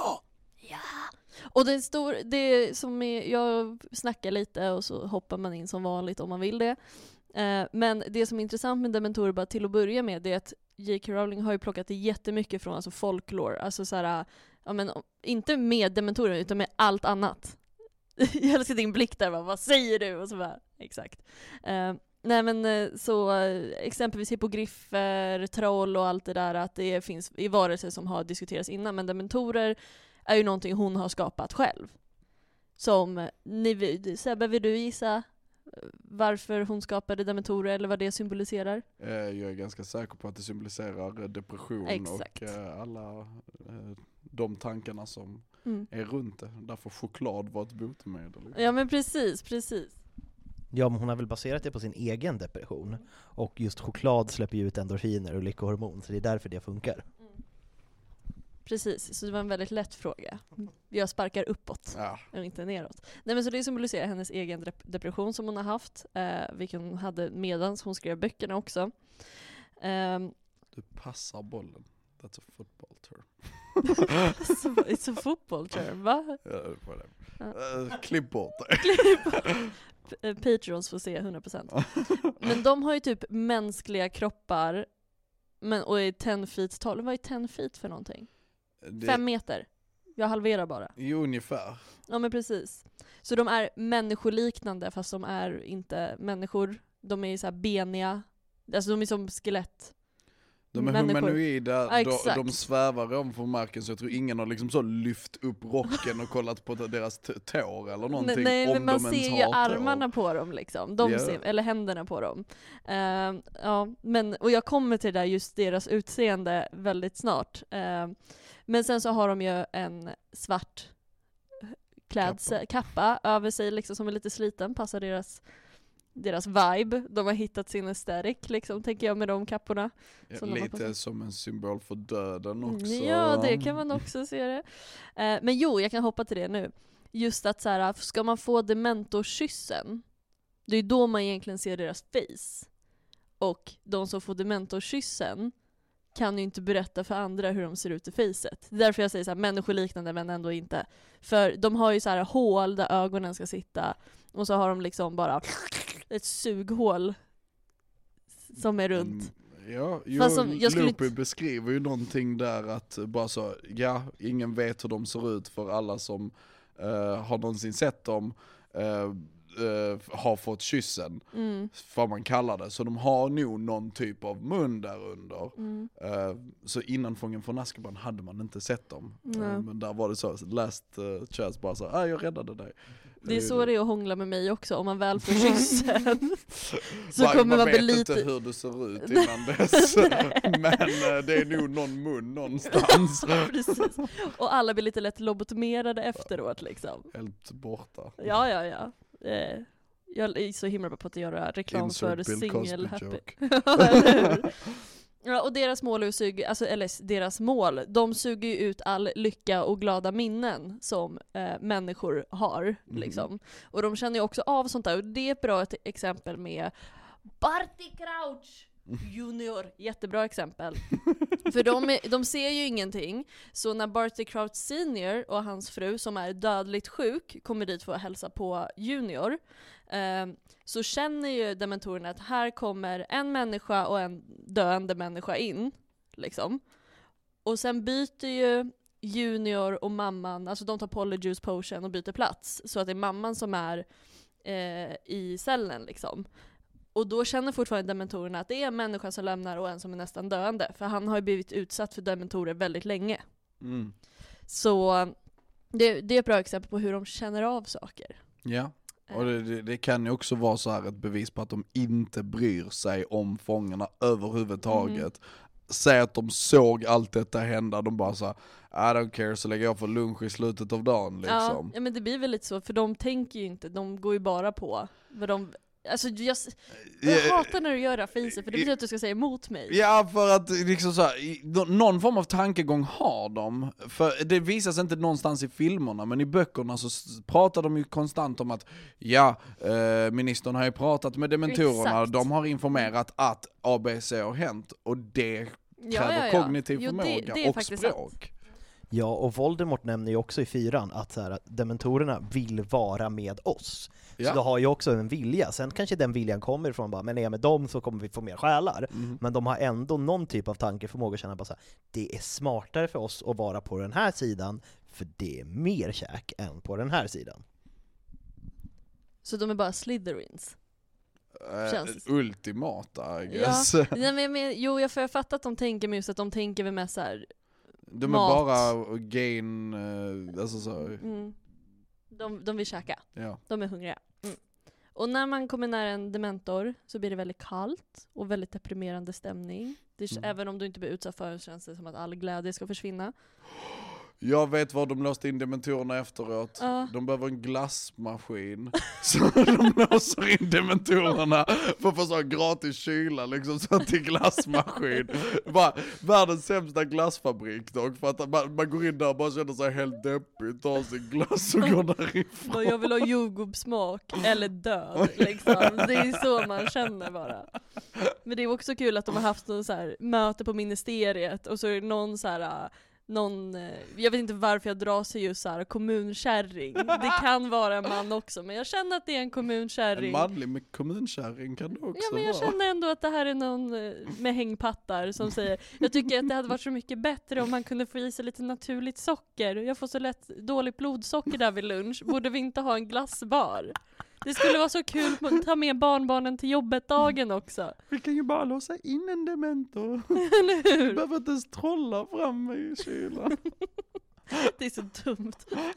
Och det som jag snackar lite och så hoppar man in som vanligt om man vill det. Men det som är intressant med dementorer bara till att börja med, det är att J.K. Rowling har ju plockat det jättemycket från alltså folklore. Alltså såhär, inte med dementorer utan med allt annat. Jag älskar din blick där, vad säger du? Och så bara, exakt. Nej men så exempelvis hippogriffer, troll och allt det där, att det finns i varelser som har diskuterats innan, men dementorer är ju någonting hon har skapat själv. Som Sebbe, vill du gissa varför hon skapade dementorer eller vad det symboliserar? Jag är ganska säker på att det symboliserar depression. Exakt. Och alla de tankarna som är runt det. Därför choklad var ett botemedel. Ja men precis. Ja, men hon har väl baserat det på sin egen depression. Och just choklad släpper ju ut endorfiner och lyckohormon, så det är därför det funkar. Precis, så det var en väldigt lätt fråga. Jag sparkar uppåt och inte neråt. Nej, men så det symboliserar hennes egen depression som hon har haft, vilken hon hade medan hon skrev böckerna också. Du passar bollen. That's a football term. It's a football term, va? Klipp bort det. Patreons får se 100%. Men de har ju typ mänskliga kroppar och är 10 feet tall. Vad är 10 feet för någonting? 5 meter. Jag halverar bara. Jo, ungefär. Ja, men precis. Så de är människoliknande fast de är inte människor. De är så här beniga. Alltså de är som skelett. De är humanoida, de svävar om från marken, så jag tror ingen har liksom så lyft upp rocken och kollat på deras tår eller någonting. Nej, men man de ser ju armarna på dem liksom. Eller händerna på dem. Och jag kommer till det där, just deras utseende väldigt snart. Men sen så har de ju en svart kappa över sig liksom, som är lite sliten, passar deras vibe. De har hittat sin aesthetic liksom, tänker jag, med de kapporna. Lite som en symbol för döden också. Ja, det kan man också se det. Men jag kan hoppa till det nu. Just att så här, ska man få dementorkyssen, det är då man egentligen ser deras face. Och de som får dementorkyssen kan ju inte berätta för andra hur de ser ut i facet. Det är därför jag säger så här, människoliknande men ändå inte. För de har ju så här hål där ögonen ska sitta. Och så har de liksom ett sughål som är runt. Loopy beskriver ju någonting där att bara så, ingen vet hur de ser ut, för alla som har någonsin sett dem har fått kyssen, vad man kallar det. Så de har nog någon typ av mun där under. Så innan Fången från Azkaban hade man inte sett dem. Men där var det så, last chance bara så, jag räddade dig. Det är så det är att hångla med mig också, om man väl får kyssen. Så kommer man bli lite... inte hur du ser ut innan dess. Men det är nog någon mun någonstans. Precis. Och alla blir lite lätt lobotomerade efteråt liksom. Helt borta. Ja. Jag är så himla bra på att göra reklam för Single Happy. Ja, och deras mål är de suger ju ut all lycka och glada minnen som människor har liksom. Och de känner ju också av sånt där, och det är ett bra exempel med Barty Crouch Junior, jättebra exempel. För de ser ju ingenting. Så när Barty Crouch Senior och hans fru, som är dödligt sjuk, kommer dit för att hälsa på Junior, så känner ju dementorerna att här kommer en människa och en döende människa in liksom. Och sen byter ju Junior och mamman, alltså de tar Polyjuice Potion och byter plats, så att det är mamman som är i cellen liksom. Och då känner fortfarande dementorerna att det är en människa som lämnar och en som är nästan döende. För han har ju blivit utsatt för dementorer väldigt länge. Så det är ett bra exempel på hur de känner av saker. Ja, och det kan ju också vara så här ett bevis på att de inte bryr sig om fångarna överhuvudtaget. Säg att de såg allt detta hända, de bara så I don't care, så lägger jag för lunch i slutet av dagen liksom. Ja, men det blir väl lite så, för de tänker ju inte, de går ju bara på vad de... Alltså jag hatar när du gör det här facet, för det betyder att du ska säga emot mig. Ja, för att liksom så här, någon form av tankegång har de. För det visas inte någonstans i filmerna, men i böckerna så pratar de ju konstant om att ministern har ju pratat med dementorerna. Exakt. De har informerat att ABC har hänt, och det kräver kognitiv förmåga det är och språk. Sant. Ja, och Voldemort nämner ju också i 4 att så här, att dementorerna vill vara med oss. Så de har ju också en vilja. Sen kanske den viljan kommer ifrån bara, men är jag med dem så kommer vi få mer själar. Men de har ändå någon typ av tankeförmåga att känna bara så här, det är smartare för oss att vara på den här sidan, för det är mer käk än på den här sidan. Så de är bara Slytherins? Ultimata, I guess. Ja. Jag får fatta att de tänker med just att de tänker väl med så här, de är bara gain, alltså så. De vill käka. Ja. De är hungriga. Och när man kommer nära en dementor så blir det väldigt kallt och väldigt deprimerande stämning. Även om du inte blir utsatt för, känns det som att all glädje ska försvinna. Jag vet var de låste in dementorerna efteråt. De behöver en glassmaskin. Så de låser in dementorerna för att få så gratis kyla liksom, så att det är glassmaskin. Bara, världens sämsta glassfabrik dock, för att man går in där och bara känner sig helt deppig, tar sin glass och går därifrån. Jag vill ha jordgubbssmak eller död liksom. Det är så man känner bara. Men det är också kul att de har haft någon så här möte på ministeriet och så är det någon så här jag vet inte varför jag drar sig just så här kommunkärring. Det kan vara en man också, men jag känner att det är en kommunkärring. En manlig med kommunkärring kan det också men jag vara. känner ändå att det här är någon med hängpattar som säger, jag tycker att det hade varit så mycket bättre om man kunde få i sig lite naturligt socker. Jag får så lätt dåligt blodsocker där vid lunch. Borde vi inte ha en glassbar? Det skulle vara så kul att ta med barnbarnen till jobbet dagen också. Vi kan ju bara låsa in en dementor. Eller hur? Vi behöver inte ens trolla fram i kylan. Det är så dumt.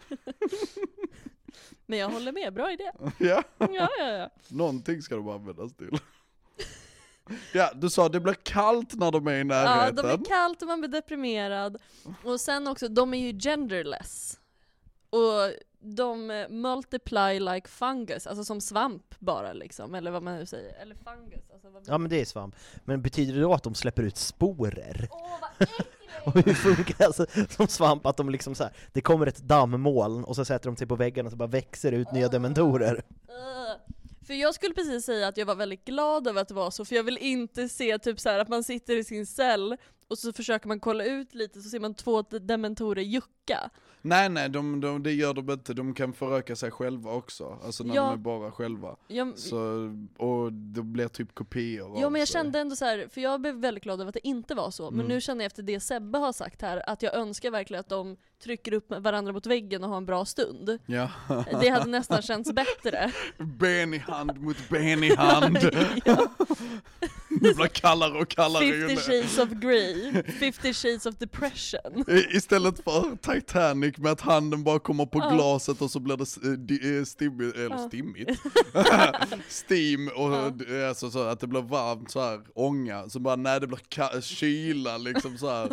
Men jag håller med, bra idé. Ja. Ja. Någonting ska de användas till. Ja, du sa att det blir kallt när de är i närheten. Ja, de är kallt och man blir deprimerad. Och sen också, de är ju genderless. Och de multiply like fungus, alltså som svamp bara liksom, eller vad man nu säger, eller fungus. Alltså, Ja, men det är svamp. Men betyder det då att de släpper ut sporer? Vad äckligt! Och hur funkar det alltså, som svamp, att de liksom så här, det kommer ett dammmoln och så sätter de sig på väggen och så bara växer ut nya dementorer. För jag skulle precis säga att jag var väldigt glad över att det var så, för jag vill inte se typ så här att man sitter i sin cell och så försöker man kolla ut lite, så ser man 2 dementorer jucka. Nej, det gör de inte. De kan föröka sig själva också. Alltså när de är bara själva. Så, och det blir typ kopior. Ja, men jag kände ändå så här, för jag blev väldigt glad över att det inte var så. Men nu känner jag efter det Sebbe har sagt här, att jag önskar verkligen att de trycker upp varandra mot väggen och har en bra stund. Ja. Det hade nästan känts bättre. Ben i hand mot ben i hand. Det blir kallare och kallare. 50 shades of grey. 50 shades of depression. Istället för Titanic med att handen bara kommer på glaset och så blir det stimmigt. Steam och alltså, så att det blir varmt så här, ånga. Så bara nej, det blir kyla liksom så här.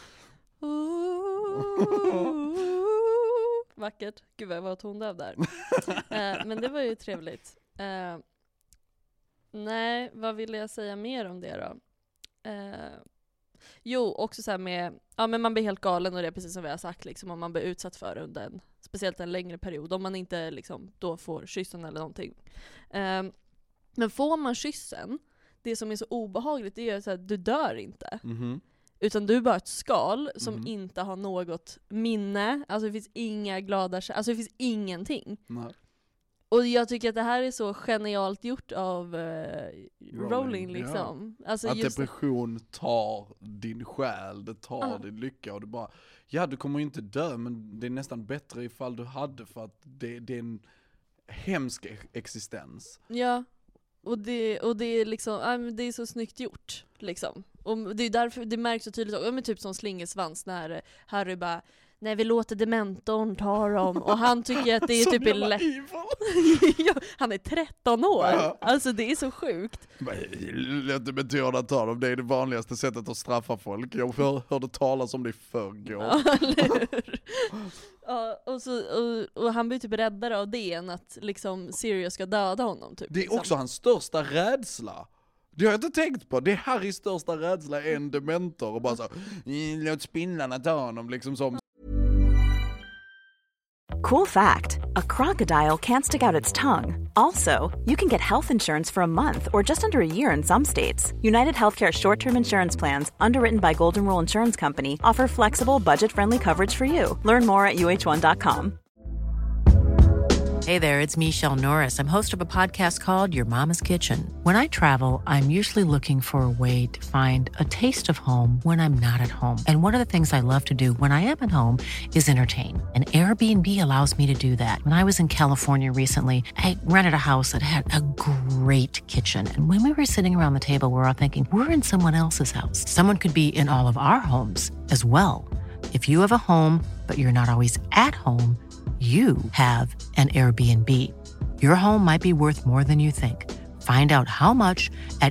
Vackert. Gud vad jag var tondöv där. Men det var ju trevligt. Nej, vad ville jag säga mer om det då? Jo, också så här med, ja men man blir helt galen, och det är precis som vi har sagt liksom, om man blir utsatt för under speciellt en längre period, om man inte liksom då får kyssen eller någonting. Men får man kyssen, det som är så obehagligt, det är så att du dör inte. Utan du är bara ett skal som inte har något minne, alltså det finns inga glada, alltså det finns ingenting. Nej. Och jag tycker att det här är så genialt gjort av Rowling liksom. Ja. Alltså att just depression tar din själ, det tar din lycka, och du bara, ja du kommer ju inte dö, men det är nästan bättre ifall du hade, för att det är en hemsk existens. Ja, och det är liksom, det är så snyggt gjort liksom. Och det är därför det märks så tydligt också, men typ som Slingersvans när Harry bara, nej vi låter dementorn ta dem, och han tycker att det är typ lätt. Ja, han är 13 år. Ja. Alltså det är så sjukt. Låt dementorerna ta dem, det är det vanligaste sättet att straffa folk. Jag hörde talas om det i förrgår. Ja, eller hur? Ja, och han blir typ räddare av det än att liksom Sirius ska döda honom typ. Det är också hans största rädsla. Det har jag inte tänkt på. Det är Harrys största rädsla, en dementor, och bara så låt spindlarna ta honom liksom som. Cool fact, a crocodile can't stick out its tongue. Also, you can get health insurance for a month or just under a year in some states. United Healthcare short-term insurance plans, underwritten by Golden Rule Insurance Company, offer flexible, budget-friendly coverage for you. Learn more at uh1.com. Hey there, it's Michelle Norris. I'm host of a podcast called Your Mama's Kitchen. When I travel, I'm usually looking for a way to find a taste of home when I'm not at home. And one of the things I love to do when I am at home is entertain. And Airbnb allows me to do that. When I was in California recently, I rented a house that had a great kitchen. And when we were sitting around the table, we were all thinking, we're in someone else's house. Someone could be in all of our homes as well. If you have a home, but you're not always at home, you have an Airbnb. Your home might be worth more than you think. Find out how much at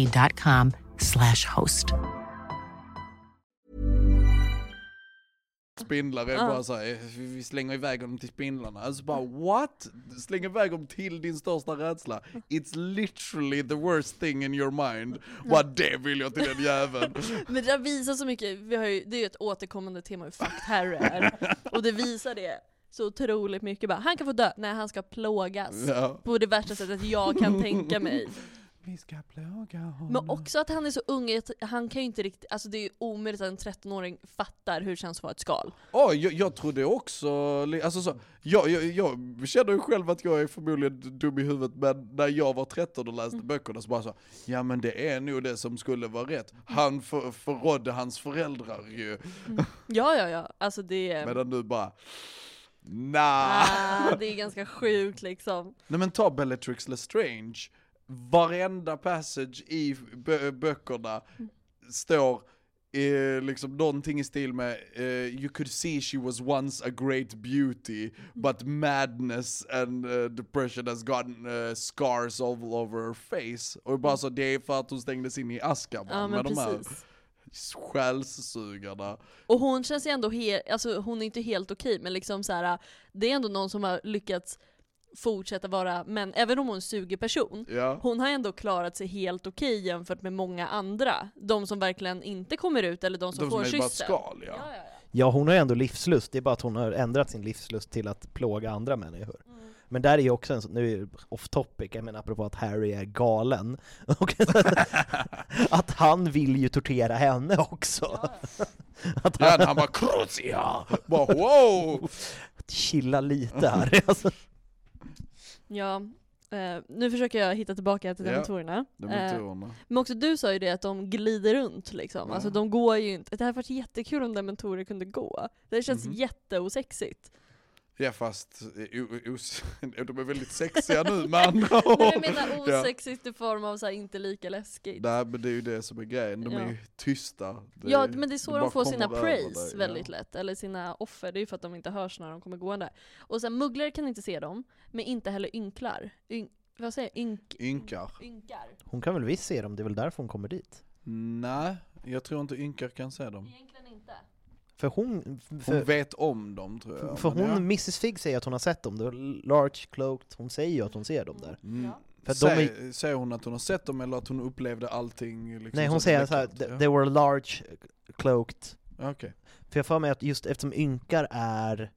airbnb.com/host. spindlar är bara så här, vi slänger iväg dem till spindlarna. Alltså bara, what? Släng iväg dem till din största rädsla. It's literally the worst thing in your mind. Vad det vill jag till den jäveln. Men det där visar så mycket, det är ju ett återkommande tema hur fucked Harry är. Och det visar det så otroligt mycket. Bara, han kan få dö, nej han ska plågas. På det värsta sättet jag kan tänka mig. Vi ska plåga honom. Men också att han är så ung, han kan ju inte riktigt, alltså det är ju omöjligt att en 13-åring fattar hur det känns att vara ett skal. Jag trodde också, alltså så, jag känner ju själv att jag är förmodligen dum i huvudet, men när jag var 13 och läste böckerna så bara så, ja men det är nog det som skulle vara rätt. Han förrådde hans föräldrar ju. Ja, alltså det är... Medan nu bara, det är ganska sjukt liksom. Nej men ta Bellatrix Lestrange. Varenda passage i böckerna står liksom någonting i stil med you could see she was once a great beauty but madness and depression has gotten scars all over her face. Och bara så, det är för att hon stängdes in i Azkaban med de här själssugarna. Och hon känns ju ändå alltså hon är inte helt okej, men liksom så här, det är ändå någon som har lyckats fortsätta vara, men även om hon är en sugig person, hon har ändå klarat sig helt okej jämfört med många andra. De som verkligen inte kommer ut, eller de som får kyssen. Ja, hon har ändå livslust. Det är bara att hon har ändrat sin livslust till att plåga andra människor. Men där är ju också nu är det off topic, jag menar apropå att Harry är galen. Att han vill ju tortera henne också. Att han bara Crucia! Bara wow! Chilla lite här. Alltså. Ja, nu försöker jag hitta tillbaka till dementorerna. Men också du sa ju det att de glider runt liksom. Alltså de går ju inte. Det här var jättekul om dementorer kunde gå. Det känns jätteosexigt. Ja, fast de är väldigt sexiga nu med andra ord. Men jag menar osexigt i form av så här, inte lika läskigt. Nej, men det är ju det som är grejen. De är ju tysta. Men det är så de får sina praise väldigt lätt. Eller sina offer. Det är ju för att de inte hörs när de kommer gående. Och sen mugglare kan inte se dem. Men inte heller ynklar. Vad säger jag? Ynkar. Hon kan väl visst se dem. Det är väl därför hon kommer dit. Nej, jag tror inte ynkar kan se dem. Egentligen inte. För hon vet om dem, tror jag. För hon, Mrs. Figg säger att hon har sett dem. Large cloaked, hon säger ju att hon ser dem där. För säger hon att hon har sett dem eller att hon upplevde allting? Liksom, nej, hon säger så här, they were large cloaked. Okay. För jag får mig att just eftersom ynkar är...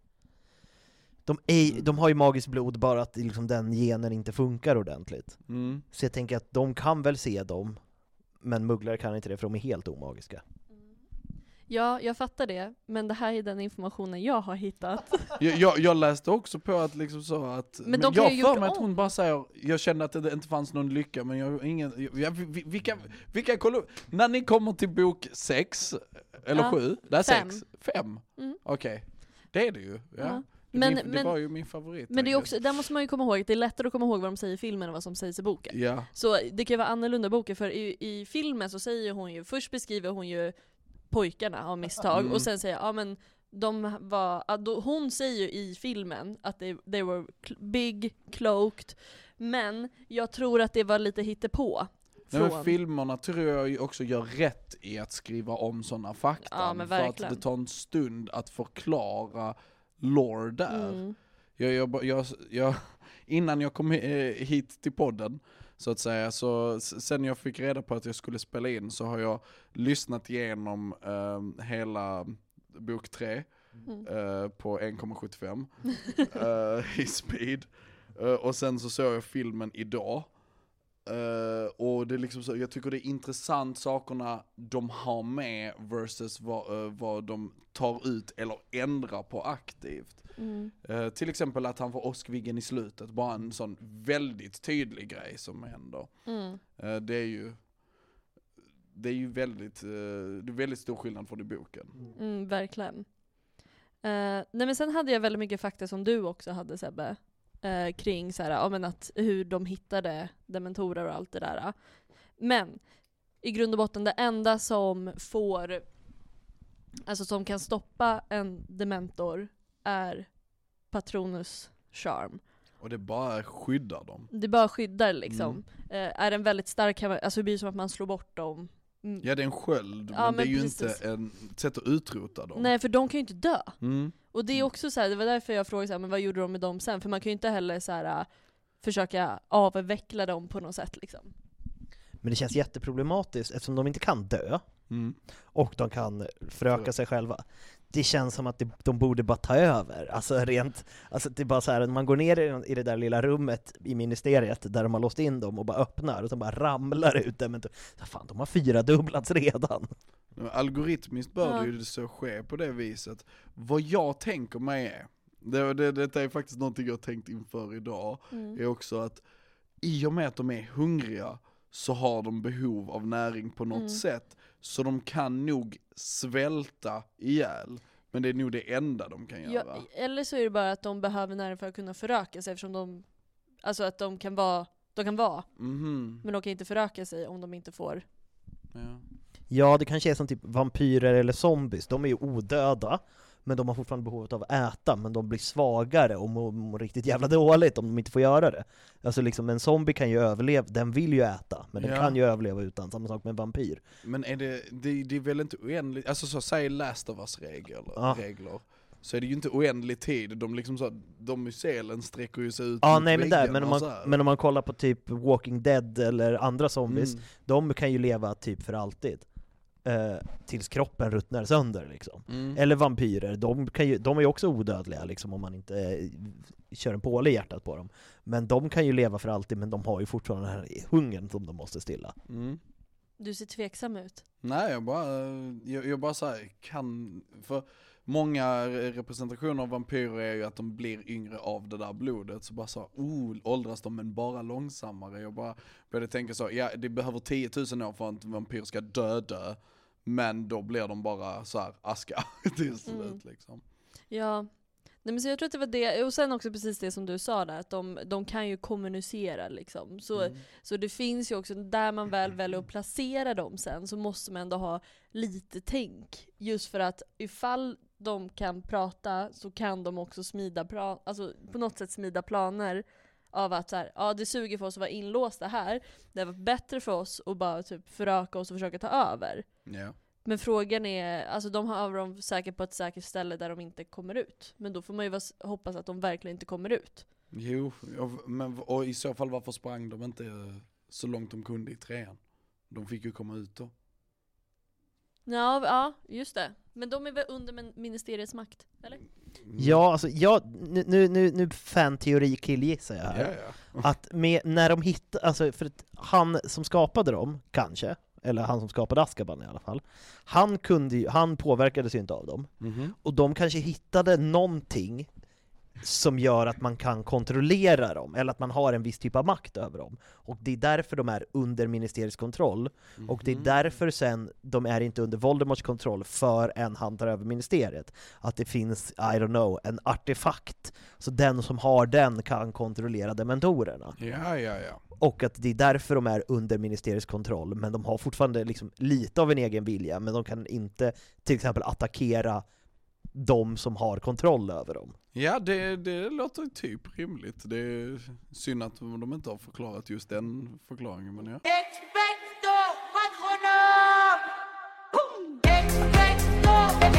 De har ju magiskt blod, bara att liksom den genen inte funkar ordentligt. Så jag tänker att de kan väl se dem, men mugglare kan inte det för de är helt omagiska. Ja, jag fattar det. Men det här är den informationen jag har hittat. Jag läste också på att liksom så att... Men jag för mig att hon bara säger... Jag kände att det inte fanns någon lycka, men jag har ingen... Vi kan kolla upp. När ni kommer till bok 6, eller 7? Det är 6? 5? Okej. Det är det ju. Ja. Det var ju min favorit. Men det är också, där måste man ju komma ihåg att det är lättare att komma ihåg vad de säger i filmen än vad som sägs i boken. Ja. Så det kan ju vara annorlunda boken, för i filmen så säger hon ju... Först beskriver hon ju pojkarna av misstag och sen säger men de var hon säger ju i filmen att they were big cloaked, men jag tror att det var lite hittepå. Men filmerna tror jag ju också gör rätt i att skriva om sådana fakta, för att det tar en stund att förklara lore där. Jag innan jag kom hit till podden så att säga, så sen jag fick reda på att jag skulle spela in så har jag lyssnat igenom hela bok 3 på 1,75 i speed. Och sen så såg jag filmen idag. Och det är liksom så, jag tycker det är intressant sakerna de har med versus vad de tar ut eller ändrar på aktivt. Till exempel att han får Åskviggen i slutet, bara en sån väldigt tydlig grej som händer. Det är ju väldigt stor skillnad från i boken. Verkligen. Nej, men sen hade jag väldigt mycket fakta som du också hade, Sebbe, kring så här, men att hur de hittade dementorer och allt det där. Men i grund och botten det enda som får, alltså som kan stoppa en dementor är Patronus charm. Och det bara skyddar dem. Det bara skyddar liksom. Är den väldigt stark, alltså det blir som att man slår bort dem Ja, det är en sköld, men det är ju inte ett sätt att utrota dem. Nej, för de kan ju inte dö. Och det är också så här, det var därför jag frågade så här, men vad gjorde de med dem sen? För man kan ju inte heller så här försöka avveckla dem på något sätt liksom. Men det känns jätteproblematiskt eftersom de inte kan dö och de kan föröka sig själva. Det känns som att de borde bara ta över. Alltså det är bara så här, man går ner i det där lilla rummet i ministeriet där de har låst in dem och bara öppnar och så bara ramlar ut dem. Men fan, de har 4-dubblats redan. Algoritmiskt bör det ju så ske på det viset. Vad jag tänker mig är, detta är faktiskt någonting jag har tänkt inför idag, är också att i och med att de är hungriga så har de behov av näring på något sätt. Så de kan nog svälta ihjäl. Men det är nog det enda de kan göra. Ja, eller så är det bara att de behöver näring för att kunna föröka sig. Eftersom att de kan vara. Men de kan inte föröka sig om de inte får. Ja, det kanske är som typ vampyrer eller zombies. De är ju odöda, men de har fortfarande behovet av att äta. Men de blir svagare och mår riktigt jävla dåligt om de inte får göra det. Alltså liksom en zombie kan ju överleva, den vill ju äta, men den kan ju överleva utan. Samma sak med en vampyr. Men är det är väl inte oändligt, alltså så säger Last of Us regler, så är det ju inte oändlig tid. De liksom så, de mycelen sträcker ju sig ut. Men om man kollar på typ Walking Dead eller andra zombies, de kan ju leva typ för alltid. Tills kroppen ruttnar sönder liksom. Eller vampyrer, de är ju också odödliga liksom, om man inte kör en påle i hjärtat på dem. Men de kan ju leva för alltid, men de har ju fortfarande den här hungern som de måste stilla. Du ser tveksam ut. Nej, jag bara så här, för många representationer av vampyrer är ju att de blir yngre av det där blodet. Så bara så, åldras de men bara långsammare. Jag bara började tänka så, det behöver 10 000 år för att en vampyr ska dö. Men då blir de bara så här aska till slut liksom. Ja. Nej, men så jag tror att det var det, och sen också precis det som du sa där, att de kan ju kommunicera liksom. Så det finns ju också, där man väl väljer att placera dem sen, så måste man ändå ha lite tänk. Just för att ifall de kan prata så kan de också alltså på något sätt smida planer av att så här, det suger för oss att vara inlåsta här. Det var bättre för oss att bara typ föröka oss och försöka ta över. Yeah. Men frågan är, alltså de har dem säkert på ett säkert ställe där de inte kommer ut. Men då får man ju hoppas att de verkligen inte kommer ut. Jo, och i så fall varför sprang de inte så långt de kunde i 3:an? De fick ju komma ut då. Ja, just det. Men de är väl under ministeriets makt, eller? Ja, alltså nu fan-teori killgissar jag här. Att när de hittar, alltså för att han som skapade dem, kanske, eller han som skapade Azkaban i alla fall, han påverkades ju inte av dem. Och de kanske hittade någonting som gör att man kan kontrollera dem, eller att man har en viss typ av makt över dem. Och det är därför de är under ministeriets kontroll. Och det är därför sen de är inte under Voldemorts kontroll förrän han tar över ministeriet. Att det finns, en artefakt. Så den som har den kan kontrollera dementorerna. Ja. Och att det är därför de är under ministeriets kontroll. Men de har fortfarande liksom lite av en egen vilja. Men de kan inte till exempel attackera de som har kontroll över dem. Ja, det låter typ rimligt. Det är synd att de inte har förklarat just den förklaringen, men ja. Expecto patronum! Expecto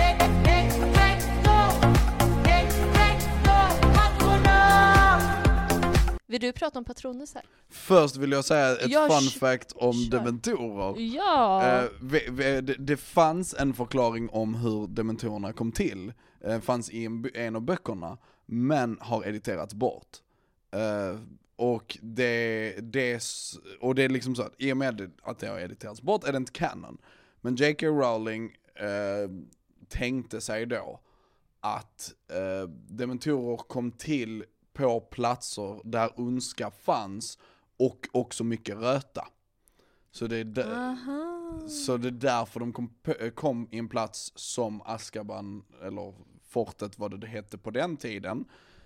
patronum! Vill du prata om Patronus här? Först vill jag säga ett fun fact om dementorer. Ja. Det fanns en förklaring om hur dementorerna kom till. Fanns i en av böckerna, men har editerats bort. Och det är liksom så att i och med att det har editerats bort är det inte canon. Men J.K. Rowling tänkte sig då att dementorer kom till på platser där ondska fanns och också mycket röta. Så det är därför de kom i en plats som Azkaban, eller fortet vad det hette på den tiden.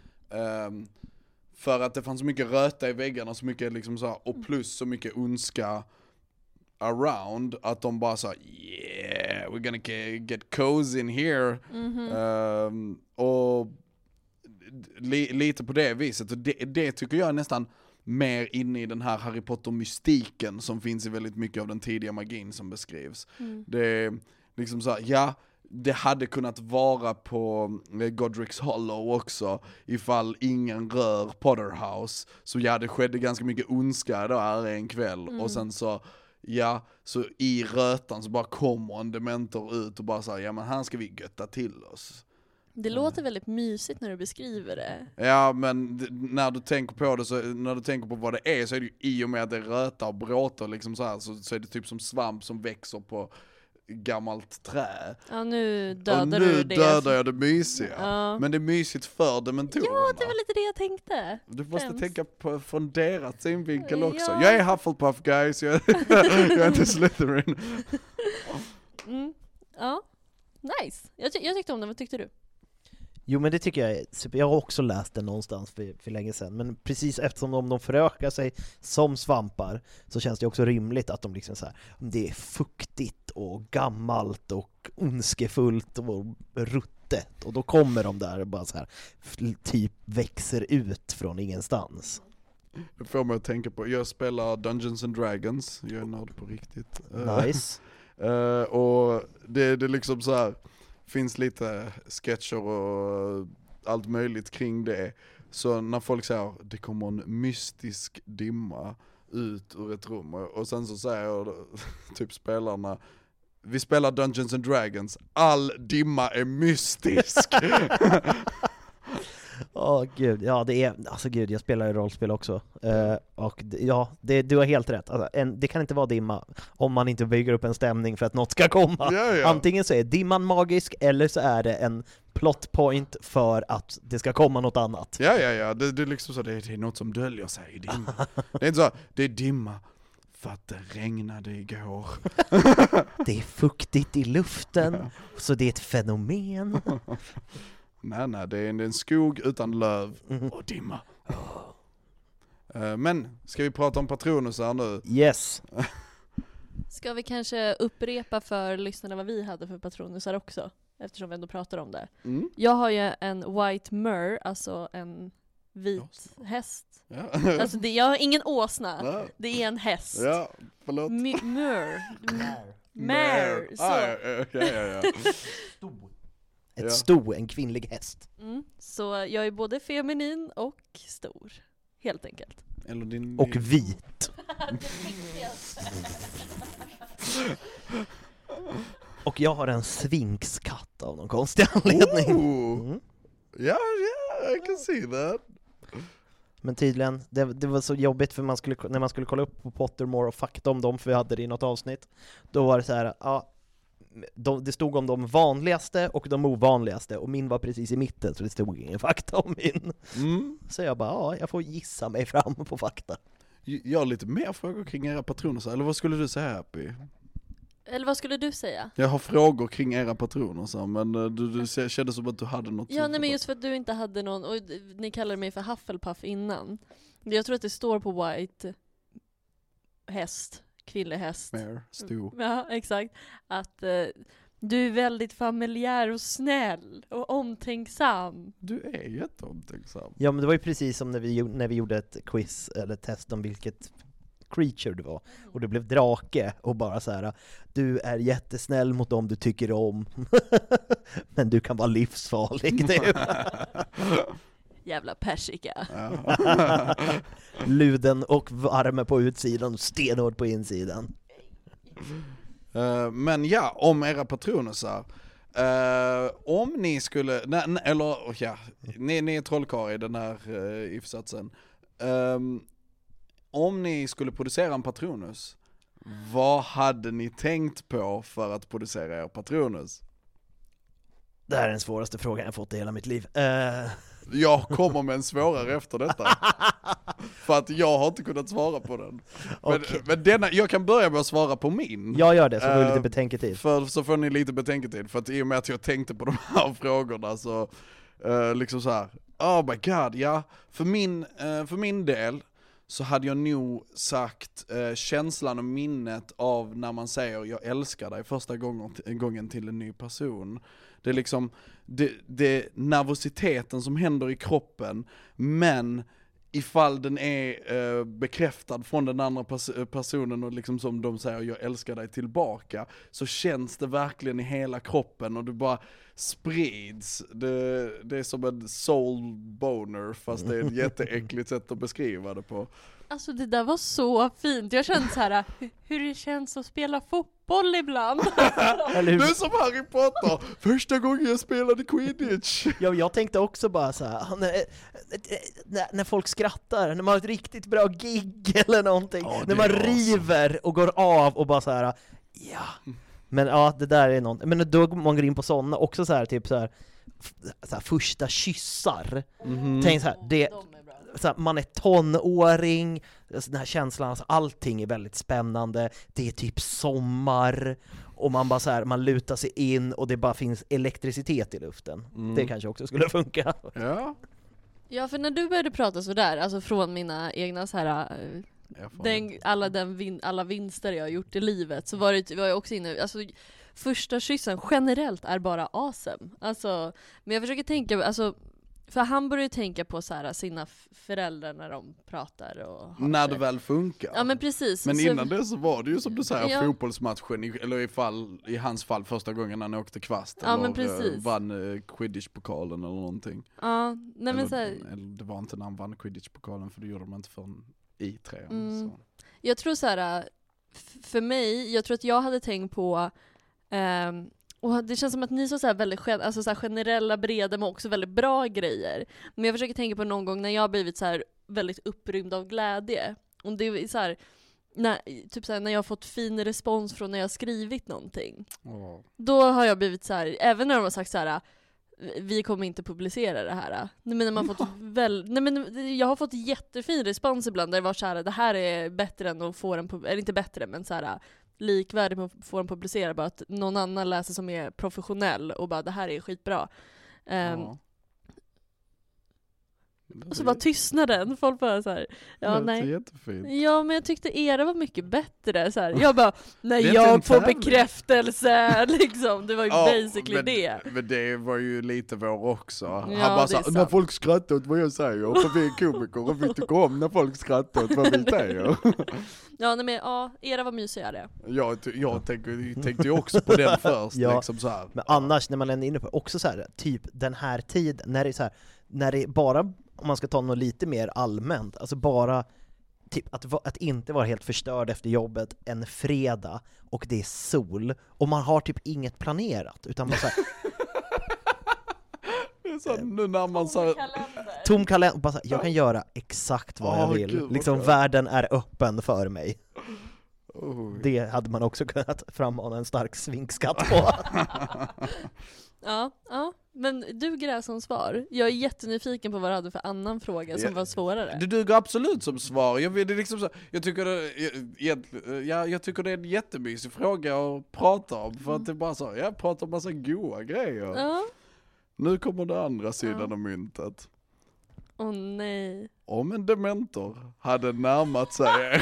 För att det fanns så mycket röta i väggarna, så mycket liksom så här, och plus så mycket ondska around, att de bara sa yeah, we're gonna get cozy in here. Och lite på det viset. Och det tycker jag är nästan mer inne i den här Harry Potter-mystiken som finns i väldigt mycket av den tidiga magin som beskrivs. Det är liksom så här, ja, det hade kunnat vara på Godric's Hollow också ifall ingen rör Potterhouse. Så ja, det skedde ganska mycket ondska där en kväll och sen så så i rötan så bara kommer en dementor ut och bara säger ja men här ska vi götta till oss. Det låter väldigt mysigt när du beskriver det. Ja, men när du tänker på det när du tänker på vad det är så är det ju i och med att det rötar och bråter liksom så här så är det typ som svamp som växer på gammalt trä. Ja, nu dödar du det. Nu dödar jag det mysiga. Ja. Men det är mysigt för dementorerna. Ja, det var lite det jag tänkte. Du måste tänka på från deras synvinkel Ja. också. Jag är Hufflepuff guys, jag är inte Slytherin. Ja, nice. Jag tyckte om den, vad tyckte du? Jo, men det tycker jag är super. Jag har också läst den någonstans för länge sedan. Men precis eftersom de förökar sig som svampar så känns det också rimligt att de liksom så här, det är fuktigt och gammalt och ondskefullt och ruttet. Och då kommer de där och bara så här typ växer ut från ingenstans. Det får mig att tänka på, jag spelar Dungeons and Dragons, jag är nörd på riktigt. Nice. Och det är liksom så här, finns lite sketcher och allt möjligt kring det. Så när folk säger det kommer en mystisk dimma ut ur ett rum och sen så säger typ spelarna, vi spelar Dungeons and Dragons, all dimma är mystisk. Gud, ja det är, alltså gud, jag spelar i rollspel också och ja, du har helt rätt, alltså, det kan inte vara dimma om man inte bygger upp en stämning för att något ska komma. Antingen så är dimman magisk eller så är det en plot point för att det ska komma något annat. Det är liksom så, det är något som döljer sig i dimma. Det är inte så, det är dimma för att det regnade igår. Det är fuktigt i luften, så det är ett fenomen. Nej, det är en skog utan löv och dimma. Men, ska vi prata om Patronusar nu? Yes. Ska vi kanske upprepa för lyssnarna vad vi hade för Patronusar också? Eftersom vi ändå pratar om det. Jag har ju en white mur, alltså en vit häst. Ja. Alltså jag har ingen åsna. Ja. Det är en häst. Ja, förlåt. Mur. Så. Ett sto, en kvinnlig häst. Så jag är både feminin och stor, helt enkelt. Och vit. Och jag har en svinkskatt av någon konstig anledning. Ja, I can see that. Men tydligen, det var så jobbigt för när man skulle kolla upp på Pottermore och fakta om dem, för vi hade det i något avsnitt. Då var det så här, det stod om de vanligaste och de ovanligaste, och min var precis i mitten, så det stod ingen fakta om min. Så jag bara, jag får gissa mig fram på fakta. Jag har lite mer frågor kring era patroner, eller vad skulle du säga, Happy? Eller vad skulle du säga? Jag har frågor kring era patroner, men du kände som att du hade något. Ja, nej, men just för att du inte hade någon, och ni kallade mig för Hufflepuff innan. Jag tror att det står på white häst, kvinnlig häst. Mare, sto. Ja, exakt. Att du är väldigt familjär och snäll och omtänksam. Du är jätteomtänksam. Ja, men det var ju precis som när vi gjorde ett quiz eller test om vilket creature du var, och du blev drake och bara så här: du är jättesnäll mot dem du tycker om men du kan vara livsfarlig. Jävla persika. Luden och varme på utsidan, stenhård på insidan. Men ja, om era patronusar. Om ni skulle, ni är trollkarl i den här ifsatsen. Om ni skulle producera en patronus, vad hade ni tänkt på för att producera er patronus? Det här är den svåraste frågan jag fått i hela mitt liv. Jag kommer med en svårare efter detta. För att jag har inte kunnat svara på den. Okay. Men denna, jag kan börja med att svara på min. Jag gör det, så får vi lite betänketid. Så får ni lite betänketid. För att i och med att jag tänkte på de här frågorna så liksom så här. Oh my god, ja. För min del så hade jag nog sagt känslan och minnet av när man säger jag älskar dig första gången till en ny person. Det är liksom det nervositeten som händer i kroppen, men ifall den är bekräftad från den andra personen och liksom som de säger, jag älskar dig tillbaka, så känns det verkligen i hela kroppen och du bara sprids. Det är som en soul boner, fast det är ett jätteäckligt sätt att beskriva det på. Alltså det där var så fint. Jag kände så här hur det känns att spela fotboll ibland. Det är som Harry Potter. Första gången jag spelade Quidditch. Ja, jag tänkte också bara så här, när folk skrattar, när man har ett riktigt bra gig eller någonting, när man river och går av och bara så här, ja. Men ja, det där är något. Men då man går in på sådana också så här, typ så här första kyssar. Tänk så här, det så här, man är tonåring, den här känslan, alltså, allting är väldigt spännande, det är typ sommar och man bara så här, man lutar sig in och det bara finns elektricitet i luften. Det kanske också skulle funka. Ja, för när du började prata så där, alltså från mina egna så här alla vinster jag har gjort i livet, så var jag också inne, alltså första kyssen generellt är bara awesome. Alltså, men jag försöker tänka, alltså, för han börjar ju tänka på så här, sina föräldrar när de pratar och när det väl funkar. Ja, men precis. Men innan det så var det ju som du säger, fotbollsmatchen, eller i hans fall första gången han åkte kvast, eller vann Quidditch-pokalen eller någonting. Ja, nej, men så här, eller det var inte när han vann Quidditch-pokalen, för det gjorde man inte förrän i 3:an. Så. Jag tror så här, för mig, jag tror att jag hade tänkt på och det känns som att ni så här väldigt alltså så här generella, breda, men också väldigt bra grejer. Men jag försöker tänka på någon gång när jag har blivit så här väldigt upprymd av glädje. Och det är så här, typ så här, när jag har fått fin respons från när jag har skrivit någonting. Då har jag blivit så här, även när de har sagt så här, vi kommer inte publicera det här. Nej, men man fått jag har fått jättefin respons ibland där det var så här, det här är bättre än att få den, eller inte bättre, men så här likvärdigt med att få den publicerad, bara att någon annan läser som är professionell och bara, det här är skitbra. Och så bara tystnaden, folk bara så här, nej. Jättefint. Ja, men jag tyckte era var mycket bättre så här. Jag bara, när jag får bekräftelse liksom, det var ju basically det. Men det var ju lite vår också. Ja, han bara så, när folk skrattar åt vad jag säger, för vi är komiker och vi tycker om när folk skrattar åt vad vi säger. Ja, nej, men era var mysigare. Jag tänkte ju också på den först. Ja, liksom så här. Men annars, när man är inne på också så här, typ den här tiden, när det är så här, när det bara, om man ska ta något lite mer allmänt, alltså bara typ att inte vara helt förstörd efter jobbet en fredag och det är sol och man har typ inget planerat, utan bara så här, så nu när man så tom kalender, bara så här, jag kan göra exakt vad jag vill. Gud, liksom världen är öppen för mig. Det hade man också kunnat frammana en stark svinkskatt på. Ja, men du gräs som svar. Jag är jättenyfiken på vad du hade för annan fråga som var svårare. Det duger absolut som svar. Jag tycker det är en jättemysig fråga att prata om, för att det är bara så, jag pratar om massa goda grejer. Ja. Nu kommer det andra sidan av myntet. Åh nej. Om en dementor hade närmat sig er.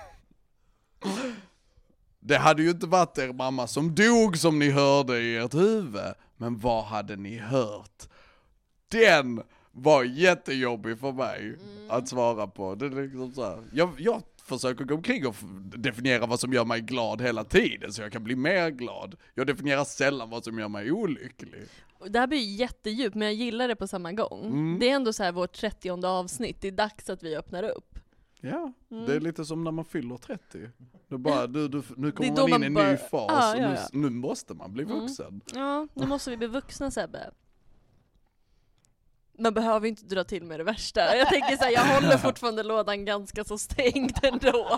Det hade ju inte varit er mamma som dog som ni hörde i ert huvud. Men vad hade ni hört? Den var jättejobbig för mig att svara på. Det är liksom så här. Jag försöker gå omkring och definiera vad som gör mig glad hela tiden, så jag kan bli mer glad. Jag definierar sällan vad som gör mig olycklig. Det här blir ju jättedjupt, men jag gillar det på samma gång. Det är ändå så här vårt 30:e avsnitt. Det är dags att vi öppnar upp. Ja, det är lite som när man fyller 30. Nu kommer man in i en ny fas och nu måste man bli vuxen. Ja, nu måste vi bli vuxna, Sebbe. Man behöver inte dra till med det värsta. Jag tänker så här, jag håller fortfarande lådan ganska så stängd ändå.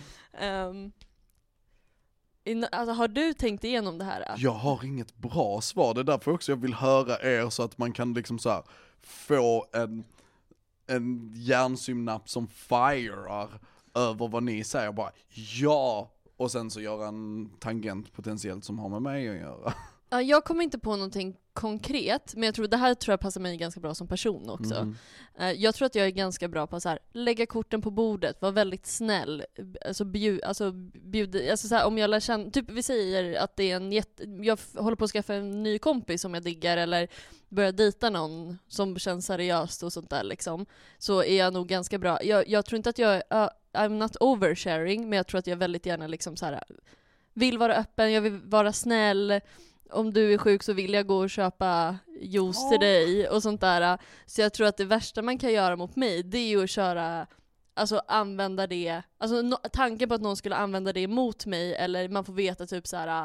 Alltså, har du tänkt igenom det här? Jag har inget bra svar. Det är därför också jag vill höra er, så att man kan liksom så här få en hjärnsynapс som firar över vad ni säger, bara ja, och sen så göra en tangent potentiellt som har med mig att göra. Ja, jag kommer inte på någonting konkret, men det här tror jag passar mig ganska bra som person också. Jag tror att jag är ganska bra på så här, lägga korten på bordet, vara väldigt snäll, alltså så här, om jag lär känna, typ vi säger att det är jag håller på att skaffa en ny kompis som jag diggar, eller börjar dejta någon som känns seriöst och sånt där liksom, så är jag nog ganska bra. Jag tror inte att I'm not oversharing, men jag tror att jag väldigt gärna liksom så här, vill vara öppen, jag vill vara snäll. Om du är sjuk så vill jag gå och köpa juice till dig och sånt där. Så jag tror att det värsta man kan göra mot mig, det är ju att köra, alltså använda det, alltså tanken på att någon skulle använda det emot mig, eller man får veta typ så här,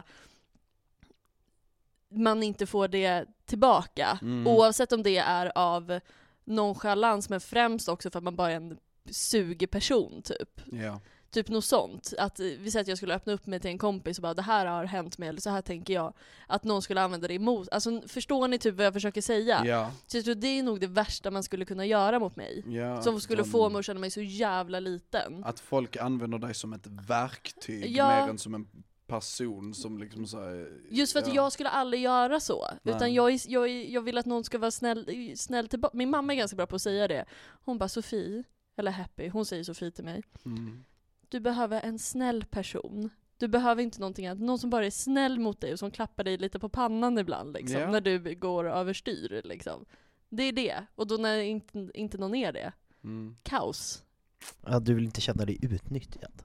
man inte får det tillbaka. Oavsett om det är av nonchalans, men främst också för att man bara är en sugig person typ. Ja. Typ något sånt. Att vi säger att jag skulle öppna upp mig till en kompis och bara, det här har hänt mig, eller så här tänker jag. Att någon skulle använda det emot. Alltså förstår ni typ vad jag försöker säga? Ja. Så jag tror det är nog det värsta man skulle kunna göra mot mig. Ja, som skulle få mig att känna mig så jävla liten. Att folk använder dig som ett verktyg mer än som en person som liksom så här, just för att jag skulle aldrig göra så. Nej. Utan jag vill att någon ska vara snäll tillbaka. Min mamma är ganska bra på att säga det. Hon bara, Sofie, eller Happy, hon säger Sofie till mig. Du behöver en snäll person. Du behöver inte någonting annat. Någon som bara är snäll mot dig och som klappar dig lite på pannan ibland liksom, när du går överstyr liksom. Det är det. Och då när inte någon är det. Kaos. Ja, du vill inte känna dig utnyttjad.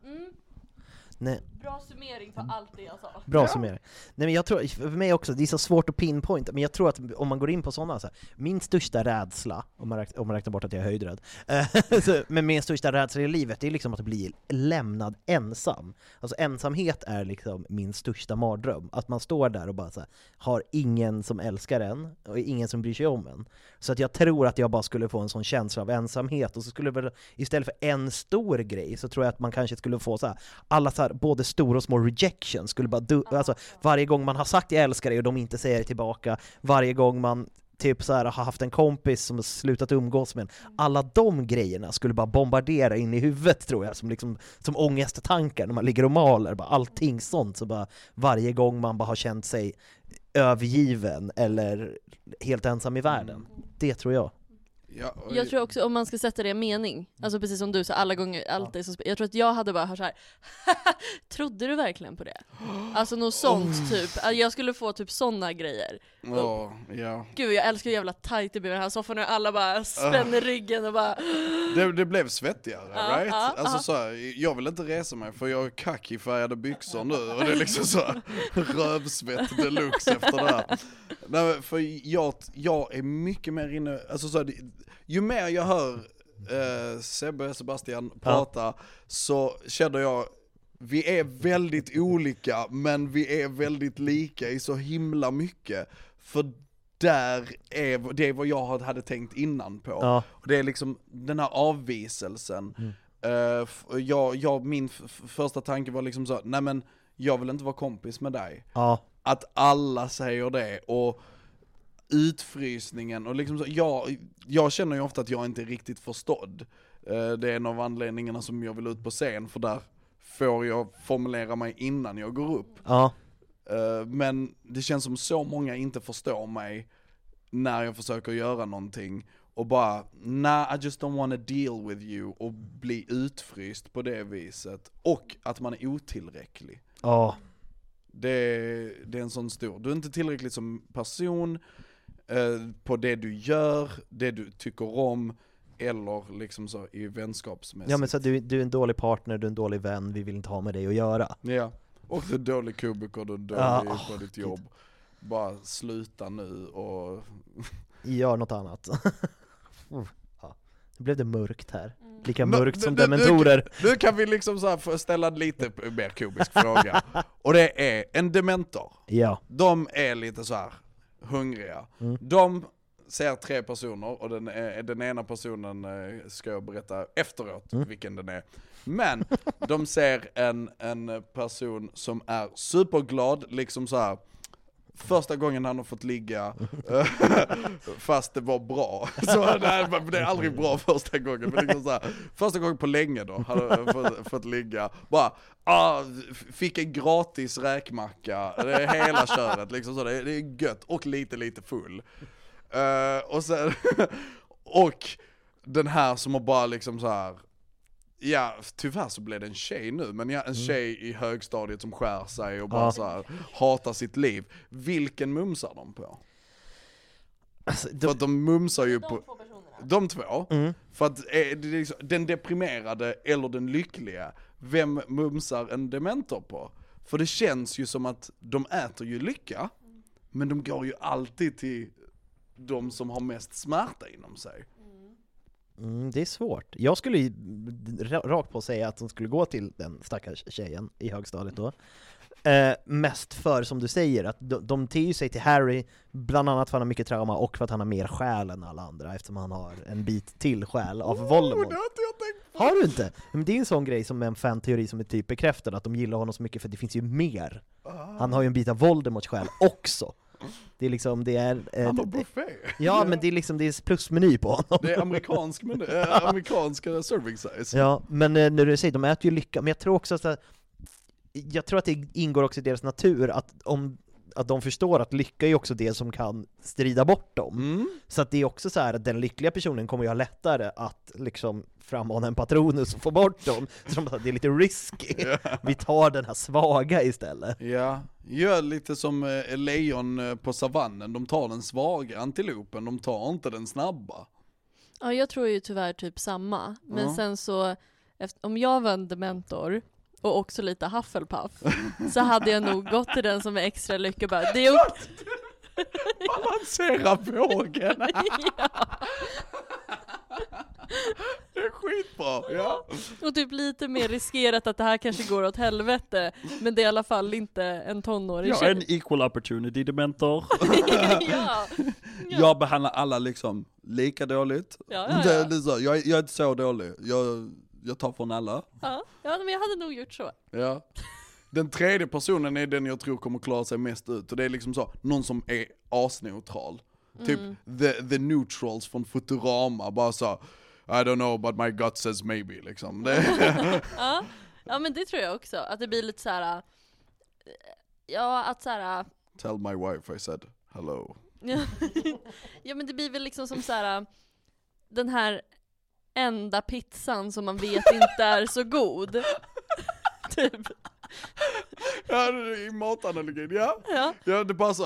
Nej. Bra summering för allt det jag sa. Bra summering. Nej, men jag tror, för mig också, det är så svårt att pinpointa, men jag tror att om man går in på sådana, så här, min största rädsla, om man räknar bort att jag är höjdrädd, men min största rädsla i livet, det är liksom att bli lämnad ensam. Alltså ensamhet är liksom min största mardröm. Att man står där och bara så här, har ingen som älskar en och ingen som bryr sig om en. Så att jag tror att jag bara skulle få en sån känsla av ensamhet, och så skulle väl istället för en stor grej, så tror jag att man kanske skulle få så här, alla så här, både stora och små rejections skulle bara alltså varje gång man har sagt jag älskar dig och de inte säger det tillbaka, varje gång man typ så här har haft en kompis som har slutat umgås med en, alla de grejerna skulle bara bombardera in i huvudet, tror jag, som ångesttankar när man ligger och maler, bara allting sånt, så bara varje gång man bara har känt sig övergiven eller helt ensam i världen. Det tror jag. Ja, jag tror också, om man ska sätta det i mening, alltså precis som du sa, alla gånger, alltid så, jag tror att jag hade bara hört så här. Trodde du verkligen på det? Alltså något sånt typ, jag skulle få typ såna grejer. Ja. Gud, jag älskar jävla tight i den här soffan och alla bara spänner ryggen och bara det blev svettigare, right? Alltså så här, jag vill inte resa mig för jag har kaki-färgade byxor nu och det är liksom så här, rövsvett deluxe efter det här. Nej, för jag är mycket mer inne, alltså så här, ju mer jag hör Sebastian prata, så känner jag, vi är väldigt olika, men vi är väldigt lika i så himla mycket. För det är vad jag hade tänkt innan på. Ja. Och det är liksom den här avviselsen. Min första tanke var liksom så, nej men jag vill inte vara kompis med dig. Ja. Att alla säger det, och utfrysningen och liksom så, jag känner ju ofta att jag inte är riktigt förstådd. Det är en av anledningarna som jag vill ut på scen, för där får jag formulera mig innan jag går upp. Ja. Men det känns som så många inte förstår mig när jag försöker göra någonting och bara, I just don't want to deal with you, och bli utfryst på det viset, och att man är otillräcklig. Ja. Det är en sån stor, du är inte tillräcklig som person på det du gör, det du tycker om, eller liksom så i vänskapsmässigt. Ja, men så du är en dålig partner, du är en dålig vän, vi vill inte ha med dig att göra. Ja, och du är dålig kubiker, du är dålig på ditt jobb. Bara sluta nu och gör något annat. Nu blev det mörkt här. Lika mörkt som dementorer. Nu kan vi liksom så här ställa en lite mer kubisk fråga. Och det är en dementor. Ja. De är lite så här hungriga. De ser 3 personer, och den ena personen ska jag berätta efteråt vilken den är. Men de ser en person som är superglad, liksom så här första gången han har fått ligga fast det var bra. Så det är aldrig bra första gången, men liksom så här, första gången på länge då hade fått ligga. Bara fick en gratis räkmacka. Det är hela köret liksom, så det är gött och lite full. Och sen och den här som har bara liksom så här. Ja, tyvärr så blev det en tjej nu, men en tjej i högstadiet som skär sig och bara så här, hatar sitt liv. Vilken mumsar de på? Alltså, för att de mumsar ju på de två. För att liksom, den deprimerade eller den lyckliga, vem mumsar en dementor på? För det känns ju som att de äter ju lycka, men de går ju alltid till de som har mest smärta inom sig. Det är svårt. Jag skulle ju rakt på säga att de skulle gå till den stackars tjejen i högstadiet då. Mest för, som du säger, att de ter sig till Harry bland annat för att han har mycket trauma och för att han har mer själ än alla andra, eftersom han har en bit till själ av Voldemort. Det har inte jag tänkt på. Har du inte? Men det är en sån grej som är en fan-teori som är typ bekräftad, att de gillar honom så mycket för det finns ju mer. Han har ju en bit av Voldemorts själ också. Det är liksom, det är han har buffé. Ja, men det är liksom, det är plusmeny på honom. Det är amerikanska serving size. Ja, men när du säger, de äter ju lycka, men jag tror också att det ingår också i deras natur att de förstår att lycka är också det som kan strida bort dem. Så att det är också så här att den lyckliga personen kommer ju ha lättare att liksom frammana en Patronus och få bort dem. Så det är lite risky. Vi tar den här svaga istället. Ja, gör lite som lejon på savannen. De tar den svaga antilopen, de tar inte den snabba. Ja, jag tror ju tyvärr typ samma. Men sen så, om jag var en dementor och också lite Hufflepuff, så hade jag nog gått till den som är extra lycklig. Bara, det är balansera vågen. Ja. Det är skitbra, ja. Och typ lite mer riskerat att det här kanske går åt helvete, men det är i alla fall inte en tonårig Jag är en equal opportunity dementor. Ja. Jag behandlar alla liksom lika dåligt. Ja. Det är så, jag är inte så dålig. Jag tar från alla. Ja, men jag hade nog gjort så. Ja. Den tredje personen är den jag tror kommer klara sig mest ut. Och det är liksom så, någon som är asneutral. Typ the neutrals från Futurama. Bara så, I don't know but my gut says maybe liksom. Ja, men det tror jag också. Att det blir lite så här. Ja, att så här. Tell my wife I said hello. Ja, men det blir väl liksom som så här. Den här enda pizzan som man vet inte är så god. Typ. Ja, i matanalogin, ja. Ja, det bara så.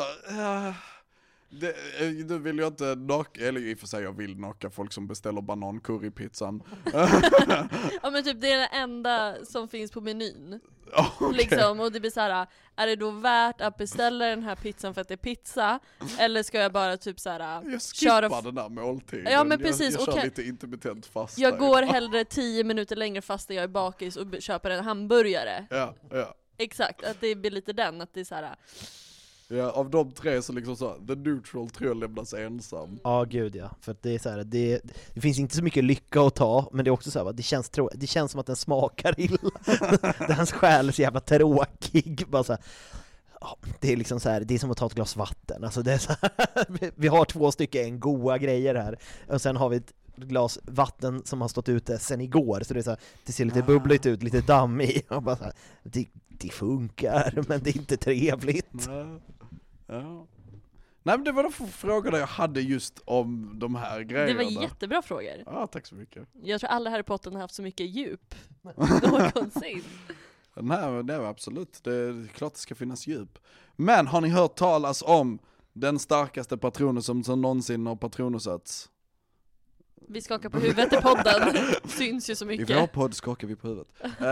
Nu vill jag inte knocka, eller i och för sig jag vill knocka folk som beställer banancurrypizzan. Ja, men typ det är det enda som finns på menyn. Okay. Liksom, och det blir så här: är det då värt att beställa den här pizzan för att det är pizza? Eller ska jag bara typ så här jag skippar den där måltiden. Ja, men precis. Jag kör lite intermittent fasta. Jag går hellre 10 minuter längre fast jag är bakis och köper en hamburgare. Ja. Exakt, att det blir lite den, att det är så här. Ja, av de tre så liksom så, the neutral tror jag lämnas ensam. Ja, gud ja. För att det är så här, det finns inte så mycket lycka att ta, men det är också så här, det känns som att den smakar illa. Hans själ är så jävla tråkig. Bara så här, det är liksom så här, det är som att ta ett glas vatten. Alltså det är så här, vi har 2 stycken goda grejer här. Och sen har vi ett glas vatten som har stått ute sen igår, så det är så här, det ser lite bubbligt ut, lite damm i. Och bara så här, det funkar, men det är inte trevligt. Ja. Nej, men det var de frågorna jag hade just om de här grejerna. Det var jättebra frågor. Ja, tack så mycket. Jag tror alla Harry Potter har haft så mycket djup någonsin. Nej, det var absolut. Det är klart det ska finnas djup. Men har ni hört talas om den starkaste patronusen som någonsin har patronusats? Vi skakar på huvudet i podden. Syns ju så mycket. I vår podd skakar vi på huvudet.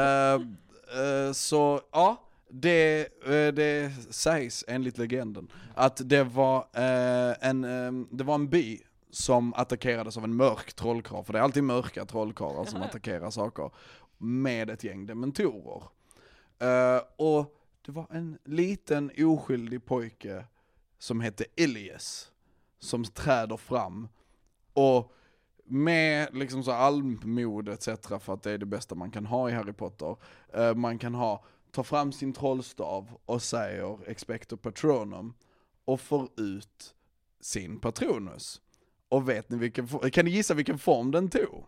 Så ja, det sägs enligt legenden att det var en by som attackerades av en mörk trollkarl, för det är alltid mörka trollkarlar som attackerar saker, med ett gäng dementorer. Och det var en liten oskyldig pojke som hette Ilias som träder fram och med liksom så allmod etc, för att det är det bästa man kan ha i Harry Potter. Man kan ta fram sin trollstav och säger Expecto Patronum, och får ut sin Patronus. Och vet ni kan ni gissa vilken form den tog?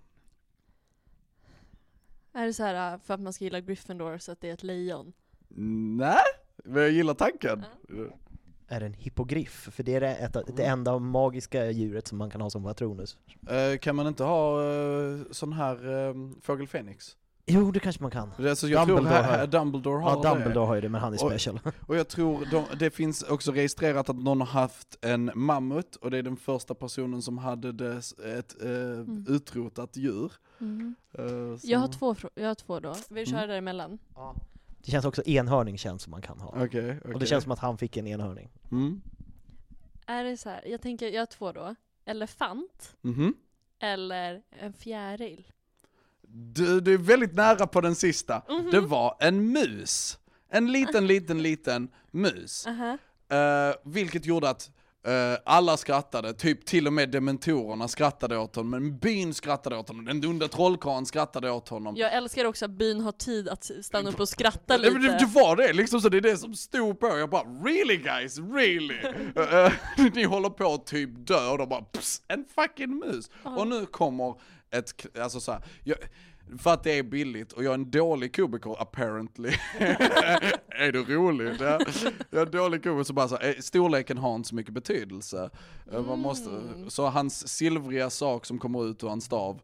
Är det så här för att man ska gilla Gryffindor så att det är ett lejon? Nej, men jag gillar tanken. Är det en hippogriff? För det är det enda magiska djuret som man kan ha som Patronus. Kan man inte ha sån här fågel Fenix? Jo, det kanske man kan. Alltså, jag tror Dumbledore har det. Ja, Dumbledore har ju det, men han är special. Och jag tror det finns också registrerat att någon har haft en mammut, och det är den första personen som hade ett utrotat djur. Jag har två då. Vill du köra däremellan? Ja. Det känns också enhörning känns som man kan ha. Okay. Och det känns som att han fick en enhörning. Är det så här, jag har två då. Elefant eller en fjäril. Du är väldigt nära på den sista. Det var en mus. En liten mus. Vilket gjorde att alla skrattade, typ till och med dementorerna skrattade åt honom, men byn skrattade åt honom, den onda trollkarlen skrattade åt honom. Jag älskar också att byn har tid att stanna upp och skratta lite. Det var det, liksom, så det är det som stod på. Jag bara, really guys, really? Ni håller på att typ dö, och då bara, en fucking mus. Och nu kommer alltså så här, för att det är billigt och jag är en dålig komiker apparently. Är du rolig? Ja. Jag är en dålig komiker, så bara så storleken har inte så mycket betydelse. Man måste, så hans silvriga sak som kommer ut ur hans stav.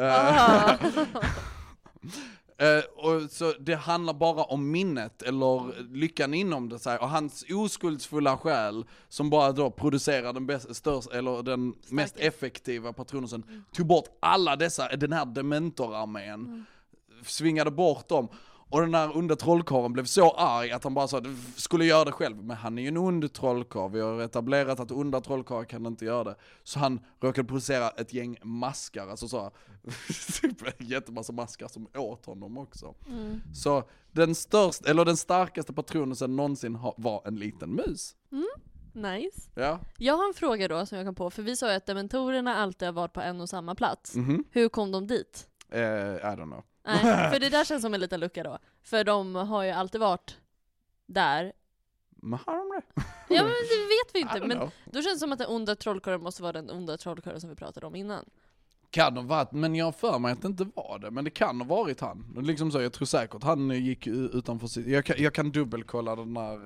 Och så det handlar bara om minnet eller lyckan inom det så här, och hans oskuldsfulla själ som bara då producerar den största eller den mest effektiva patronusen, tog bort alla den här dementorarmén, svingade bort dem. Och den här onda trollkarlen blev så arg att han bara sa att skulle göra det själv. Men han är ju en ond trollkarl. Vi har etablerat att onda trollkarlar kan inte göra det. Så han råkade producera ett gäng maskar. Alltså så typ en jättemassa maskar som åt honom också. Så den starkaste patronusen någonsin var en liten mus. Nice. Ja. Jag har en fråga då som jag kom på. För vi sa ju att dementorerna alltid har varit på en och samma plats. Hur kom de dit? I don't know. Nej, för det där känns som en liten lucka då. För de har ju alltid varit där. Men har de det? Ja, men det vet vi inte. Men då känns det som att den onda trollkarlen måste vara den onda trollkarlen som vi pratade om innan. Kan ha varit, men jag för mig att det inte var det. Men det kan ha varit han. Liksom så, jag tror säkert han gick utanför sitt... Jag kan dubbelkolla den där...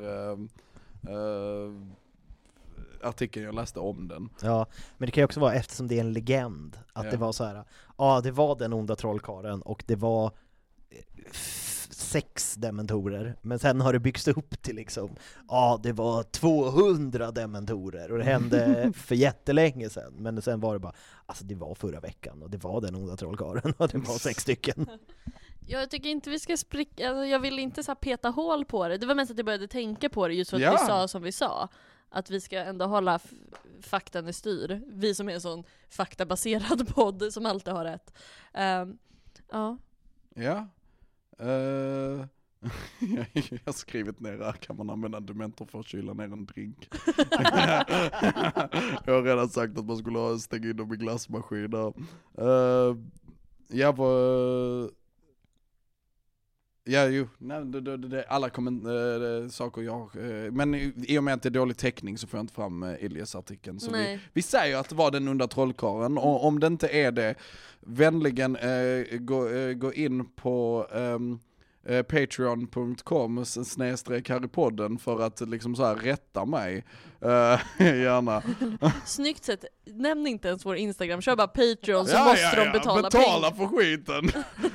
artikeln jag läste om den. Ja, men det kan ju också vara eftersom det är en legend att det var så här. Ja, det var den onda trollkarlen och det var 6 dementorer, men sen har det byggts upp till liksom, det var 200 dementorer och det hände för jättelänge sedan, men sen var det bara, alltså det var förra veckan och det var den onda trollkarlen och det var 6 stycken. Jag tycker inte vi ska spricka, alltså jag vill inte så här peta hål på det. Det var mest att jag började tänka på det just för att vi sa som vi sa. Att vi ska ändå hålla faktan i styr. Vi som är en sån faktabaserad podd som alltid har rätt. Ja. Jag har skrivit ner här, kan man använda dementor för att kyla ner en drink? Jag har redan sagt att man skulle stänga in dem i glassmaskiner. Alla saker jag... Men i och med att det är dålig täckning så får jag inte fram Ilias-artikeln. Så vi säger att det var den onda trollkarlen. Och om det inte är det, vänligen gå in på patreon.com/Harrypodden för att liksom så här rätta mig. Gärna. Snyggt sätt. Nämn inte ens vår Instagram. Kör bara Patreon så måste de betala pengar. För skiten.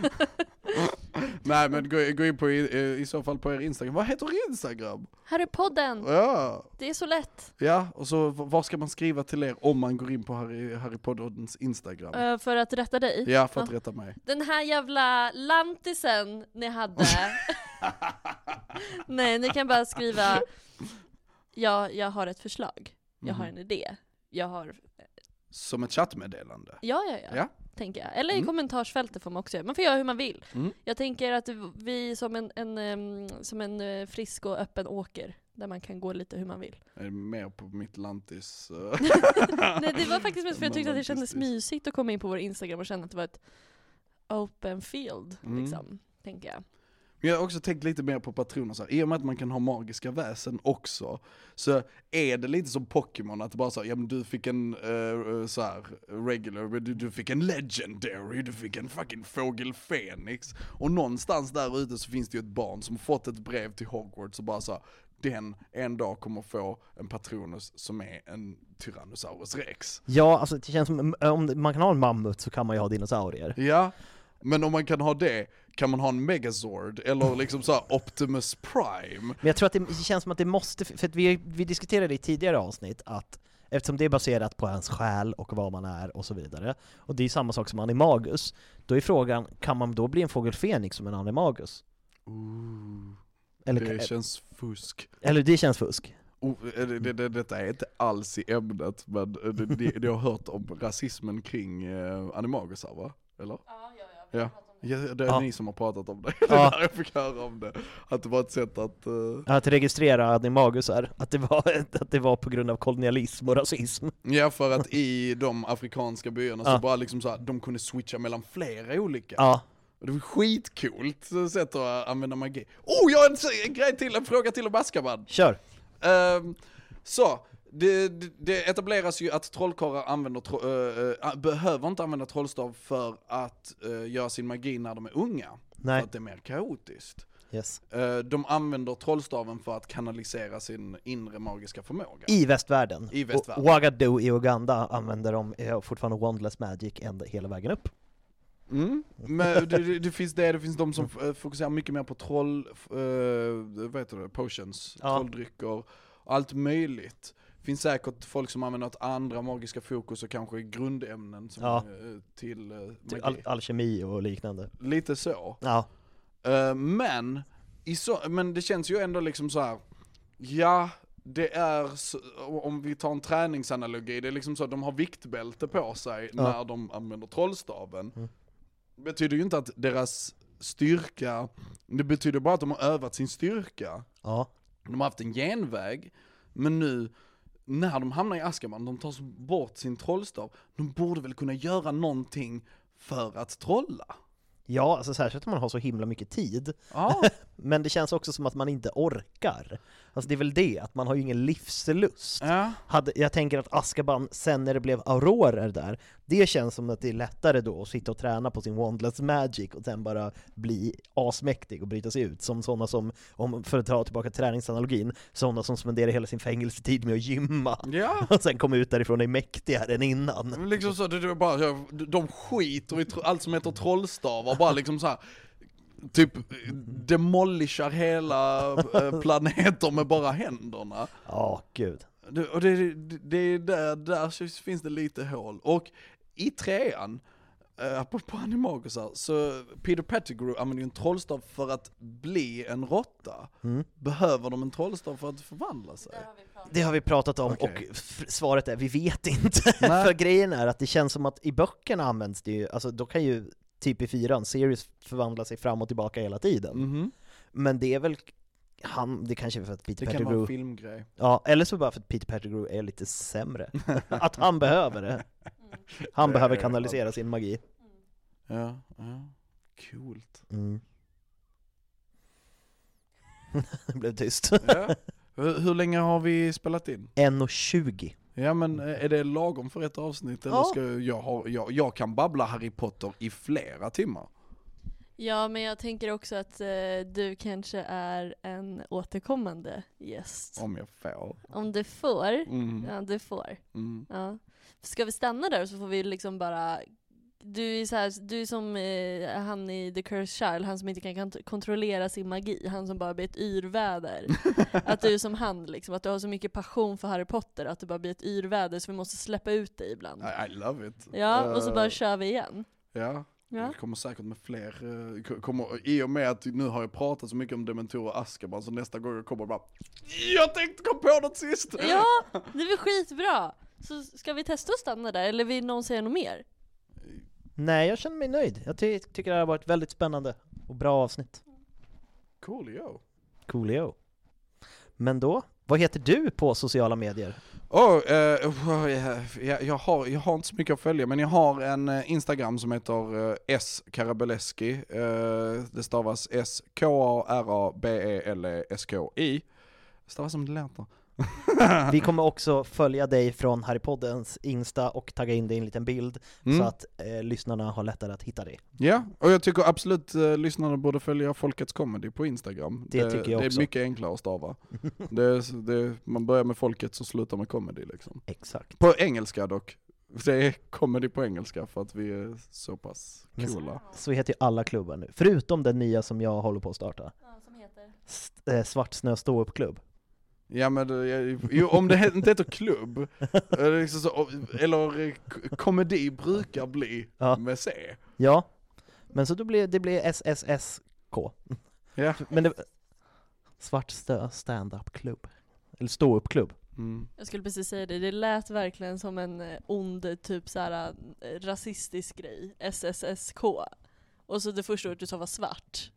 Nej, men gå in på i så fall på er Instagram. Vad heter Instagram? Harrypodden. Ja. Det är så lätt. Ja, och så vad ska man skriva till er om man går in på Harrypoddens Instagram? För att rätta dig? Ja, för att rätta mig. Den här jävla lantisen ni hade. Nej, ni kan bara skriva jag har ett förslag. Jag har en idé. Jag har... Som ett chattmeddelande? Ja. Tänker jag. Eller i kommentarsfältet får man också göra. Man får göra hur man vill. Jag tänker att vi som en frisk och öppen åker där man kan gå lite hur man vill. Är det mer på mitt lantis? Nej, det var faktiskt mest för jag tyckte att det kändes mysigt att komma in på vår Instagram och känna att det var ett open field liksom, tänker jag. Men jag har också tänkt lite mer på patroner så här. I och med att man kan ha magiska väsen också, så är det lite som Pokémon, att det bara så här, ja men du fick en så här regular, du fick en legendary, du fick en fucking fågel Fenix. Och någonstans där ute så finns det ju ett barn som fått ett brev till Hogwarts och bara så här, den en dag kommer få en Patronus som är en Tyrannosaurus Rex. Ja, alltså det känns som om man kan ha en mammut så kan man ju ha dinosaurier. Ja, men om man kan ha det, kan man ha en Megazord eller liksom så här Optimus Prime. Men jag tror att det känns som att det måste, för att vi diskuterade i tidigare avsnitt att eftersom det är baserat på ens själ och vad man är och så vidare, och det är samma sak som Animagus, då är frågan, kan man då bli en fågel Fenix som en Animagus? Eller, det känns fusk. Eller det känns fusk. Detta är inte alls i ämnet, men det har hört om rasismen kring Animagusar, va? Eller? Ja. Det är ni som har pratat om det. Det är där jag fick höra om det. Att det var ett sätt att registrera Animagusar. Att det var på grund av kolonialism och rasism. Ja, för att i de afrikanska byarna så bara liksom så här, de kunde switcha mellan flera olika. Ja. Och det var skitcoolt sätt att använda magi. Jag har en fråga till om Azkaban. Kör. Så det etableras ju att trollkarlar behöver inte använda trollstav för att göra sin magi när de är unga. Nej. För att det är mer kaotiskt. Yes. De använder trollstaven för att kanalisera sin inre magiska förmåga. I västvärlden. Och Ouagadougou i Uganda använder de fortfarande Wandless Magic hela vägen upp. Men det finns de som fokuserar mycket mer på potions, trolldrycker, allt möjligt. Det finns säkert folk som använder andra magiska fokus och kanske grundämnen som till magi. Alkemi och liknande. Lite så. Ja. Men det känns ju ändå liksom så här. Ja, det är om vi tar en träningsanalogi, det är liksom så att de har viktbälte på sig när de använder trollstaven. Det betyder ju inte att deras styrka, det betyder bara att de har övat sin styrka. Ja. De har haft en genväg, men nu när de hamnar i Azkaban, de tar bort sin trollstav, de borde väl kunna göra någonting för att trolla. Ja, alltså särskilt om man har så himla mycket tid. Ja. Men det känns också som att man inte orkar. Alltså det är väl det, att man har ju ingen livslust. Ja. Jag tänker att Azkaban, sen när det blev aurorer där, det känns som att det är lättare då att sitta och träna på sin Wandless Magic och sen bara bli asmäktig och bryta sig ut. Som sådana som, för att ta tillbaka till träningsanalogin, sådana som spenderar hela sin fängelsetid med att gymma. Ja. Och sen kommer ut därifrån och är mäktigare än innan. Liksom så, det är bara, de skiter i allt som heter trollstav och bara liksom så här, typ demolishar hela planeter med bara händerna. Ja, gud. Och det är där finns det lite hål. Och i trean, på Animagusar, så Peter Pettigrew använder ju en trollstav för att bli en råtta. Behöver de en trollstav för att förvandla sig? Det har vi pratat om, Okay. och svaret är vi vet inte. För grejen är att det känns som att i böckerna används det ju, alltså då kan ju typ i 4 Sirius förvandla sig fram och tillbaka hela tiden. Men det är väl det kanske är för att Peter Pettigrew... Det kan vara en filmgrej. Ja, eller så bara för att Peter Pettigrew är lite sämre. Att han behöver det. Han behöver kanalisera sin magi. Ja. Coolt. Det blev tyst. Ja. Hur länge har vi spelat in? 1:20. Ja, men är det lagom för ett avsnitt? Eller ska jag kan babbla Harry Potter i flera timmar. Ja, men jag tänker också att du kanske är en återkommande gäst. Om jag får. Om du får? Ja, du får. Ja. Ska vi stanna där så får vi liksom bara... Du är som han i The Cursed Child, han som inte kan kontrollera sin magi, han som bara blir ett yrväder. Att du är som han liksom, att du har så mycket passion för Harry Potter att du bara blir ett yrväder, så vi måste släppa ut dig ibland. I love it. Ja, och så bara kör vi igen. Ja. Det kommer säkert med fler, i och med att nu har jag pratat så mycket om Dementorer och Azkaban, så nästa gång jag kommer bara, jag tänkte komma på något sist. Ja, det är väl skitbra. Så ska vi testa att stanna där, eller vill någon säga något mer? Nej, jag känner mig nöjd. Jag tycker det har varit väldigt spännande och bra avsnitt. Coolio. Coolio. Men då Vad heter du på sociala medier? Jag har inte så mycket att följa, men jag har en Instagram som heter S. Karabeleski. Det stavas SKARABELESKI. Stavas som det låter. Vi kommer också följa dig från Harrypoddens Insta och tagga in dig i en liten bild så att lyssnarna har lättare att hitta dig. Ja, och jag tycker absolut lyssnarna borde följa Folkets Comedy på Instagram. Det tycker jag också. Det är mycket enklare att stava. Man börjar med Folkets och slutar med comedy liksom. Exakt. På engelska dock. Det är comedy på engelska för att vi är så pass coola. Så heter ju alla klubbar nu, förutom den nya som jag håller på att starta. Ja, som heter? Svart snö stå-upp-klubb. Ja, men om det inte heter klubb eller komedi brukar bli med C. Ja, men så då blir det SSSK. Ja. Men det Svart stand-up-klubb. Eller stå-upp-klubb. Jag skulle precis säga det lät verkligen som en ond typ såhär rasistisk grej. SSSK. Och så det första ordet du sa var svart.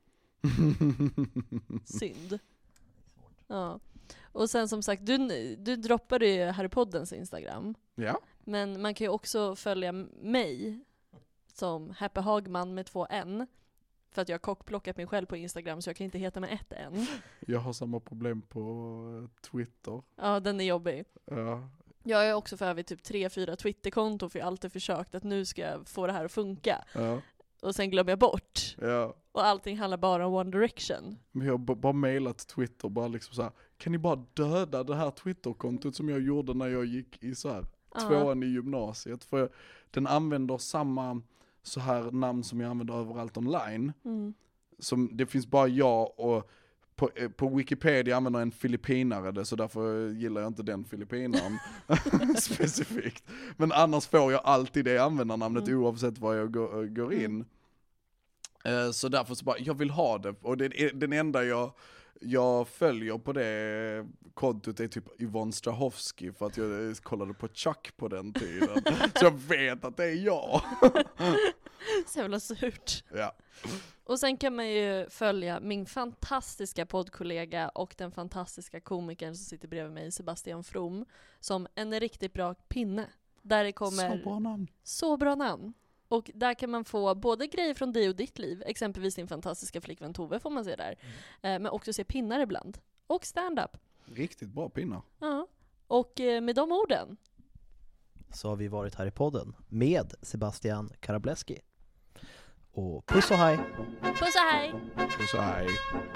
Synd. Ja. Och sen som sagt, du droppade ju Harrypoddens Instagram. Ja. Men man kan ju också följa mig som Happy Hagman med 2 N. För att jag har kockplockat mig själv på Instagram så jag kan inte heta med 1 N. Jag har samma problem på Twitter. Ja, den är jobbig. Ja. Jag är också för övrigt typ 3-4 Twitterkonton för jag har alltid försökt att nu ska jag få det här att funka. Ja. Och sen glömmer jag bort. Ja. Och allting handlar bara om One Direction. Men jag har bara mailat Twitter, bara liksom så här, kan ni bara döda det här Twitterkontot som jag gjorde när jag gick i så här 2:an i gymnasiet? För den använder samma så här namn som jag använder överallt online. Som det finns bara jag och på Wikipedia använder en filippinare det, så därför gillar jag inte den filippinaren specifikt. Men annars får jag alltid det användarnamnet oavsett var jag går in. Så därför så bara, jag vill ha det. Och den enda jag följer på det kontot är typ Yvonne Strahovski, för att jag kollade på Chuck på den tiden. Så jag vet att det är jag. Så jävla surt. Ja. Och sen kan man ju följa min fantastiska poddkollega och den fantastiska komikern som sitter bredvid mig, Sebastian From, som en riktigt bra pinne. Där det kommer så bra namn. Så bra namn. Och där kan man få både grejer från dig och ditt liv, exempelvis din fantastiska flickvän Tove får man se där. Men också se pinnar ibland. Och stand-up. Riktigt bra pinnar. Ja. Och med de orden så har vi varit här i podden med Sebastian Karableski. Och puss och hej! Puss och hej! Puss och hej!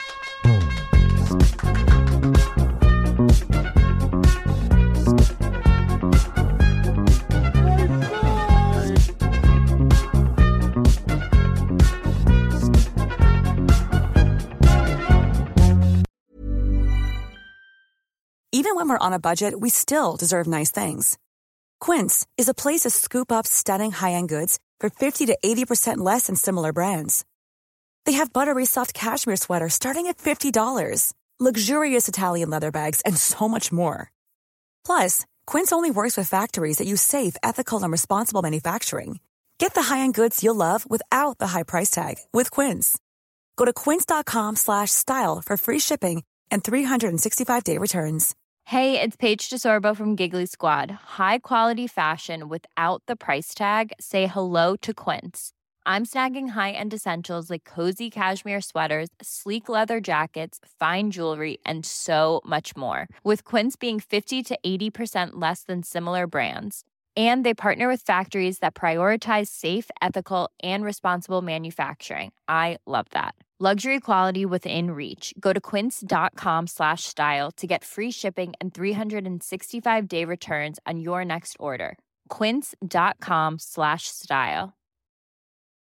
Even when we're on a budget, we still deserve nice things. Quince is a place to scoop up stunning high-end goods for 50 to 80% less than similar brands. They have buttery soft cashmere sweaters starting at $50, luxurious Italian leather bags, and so much more. Plus, Quince only works with factories that use safe, ethical, and responsible manufacturing. Get the high-end goods you'll love without the high price tag with Quince. Go to quince.com/style for free shipping and 365-day returns. Hey, it's Paige DeSorbo from Giggly Squad. High quality fashion without the price tag. Say hello to Quince. I'm snagging high-end essentials like cozy cashmere sweaters, sleek leather jackets, fine jewelry, and so much more. With Quince being 50 to 80% less than similar brands. And they partner with factories that prioritize safe, ethical, and responsible manufacturing. I love that. Luxury quality within reach. Go to quince.com/style to get free shipping and 365-day returns on your next order. Quince.com/style.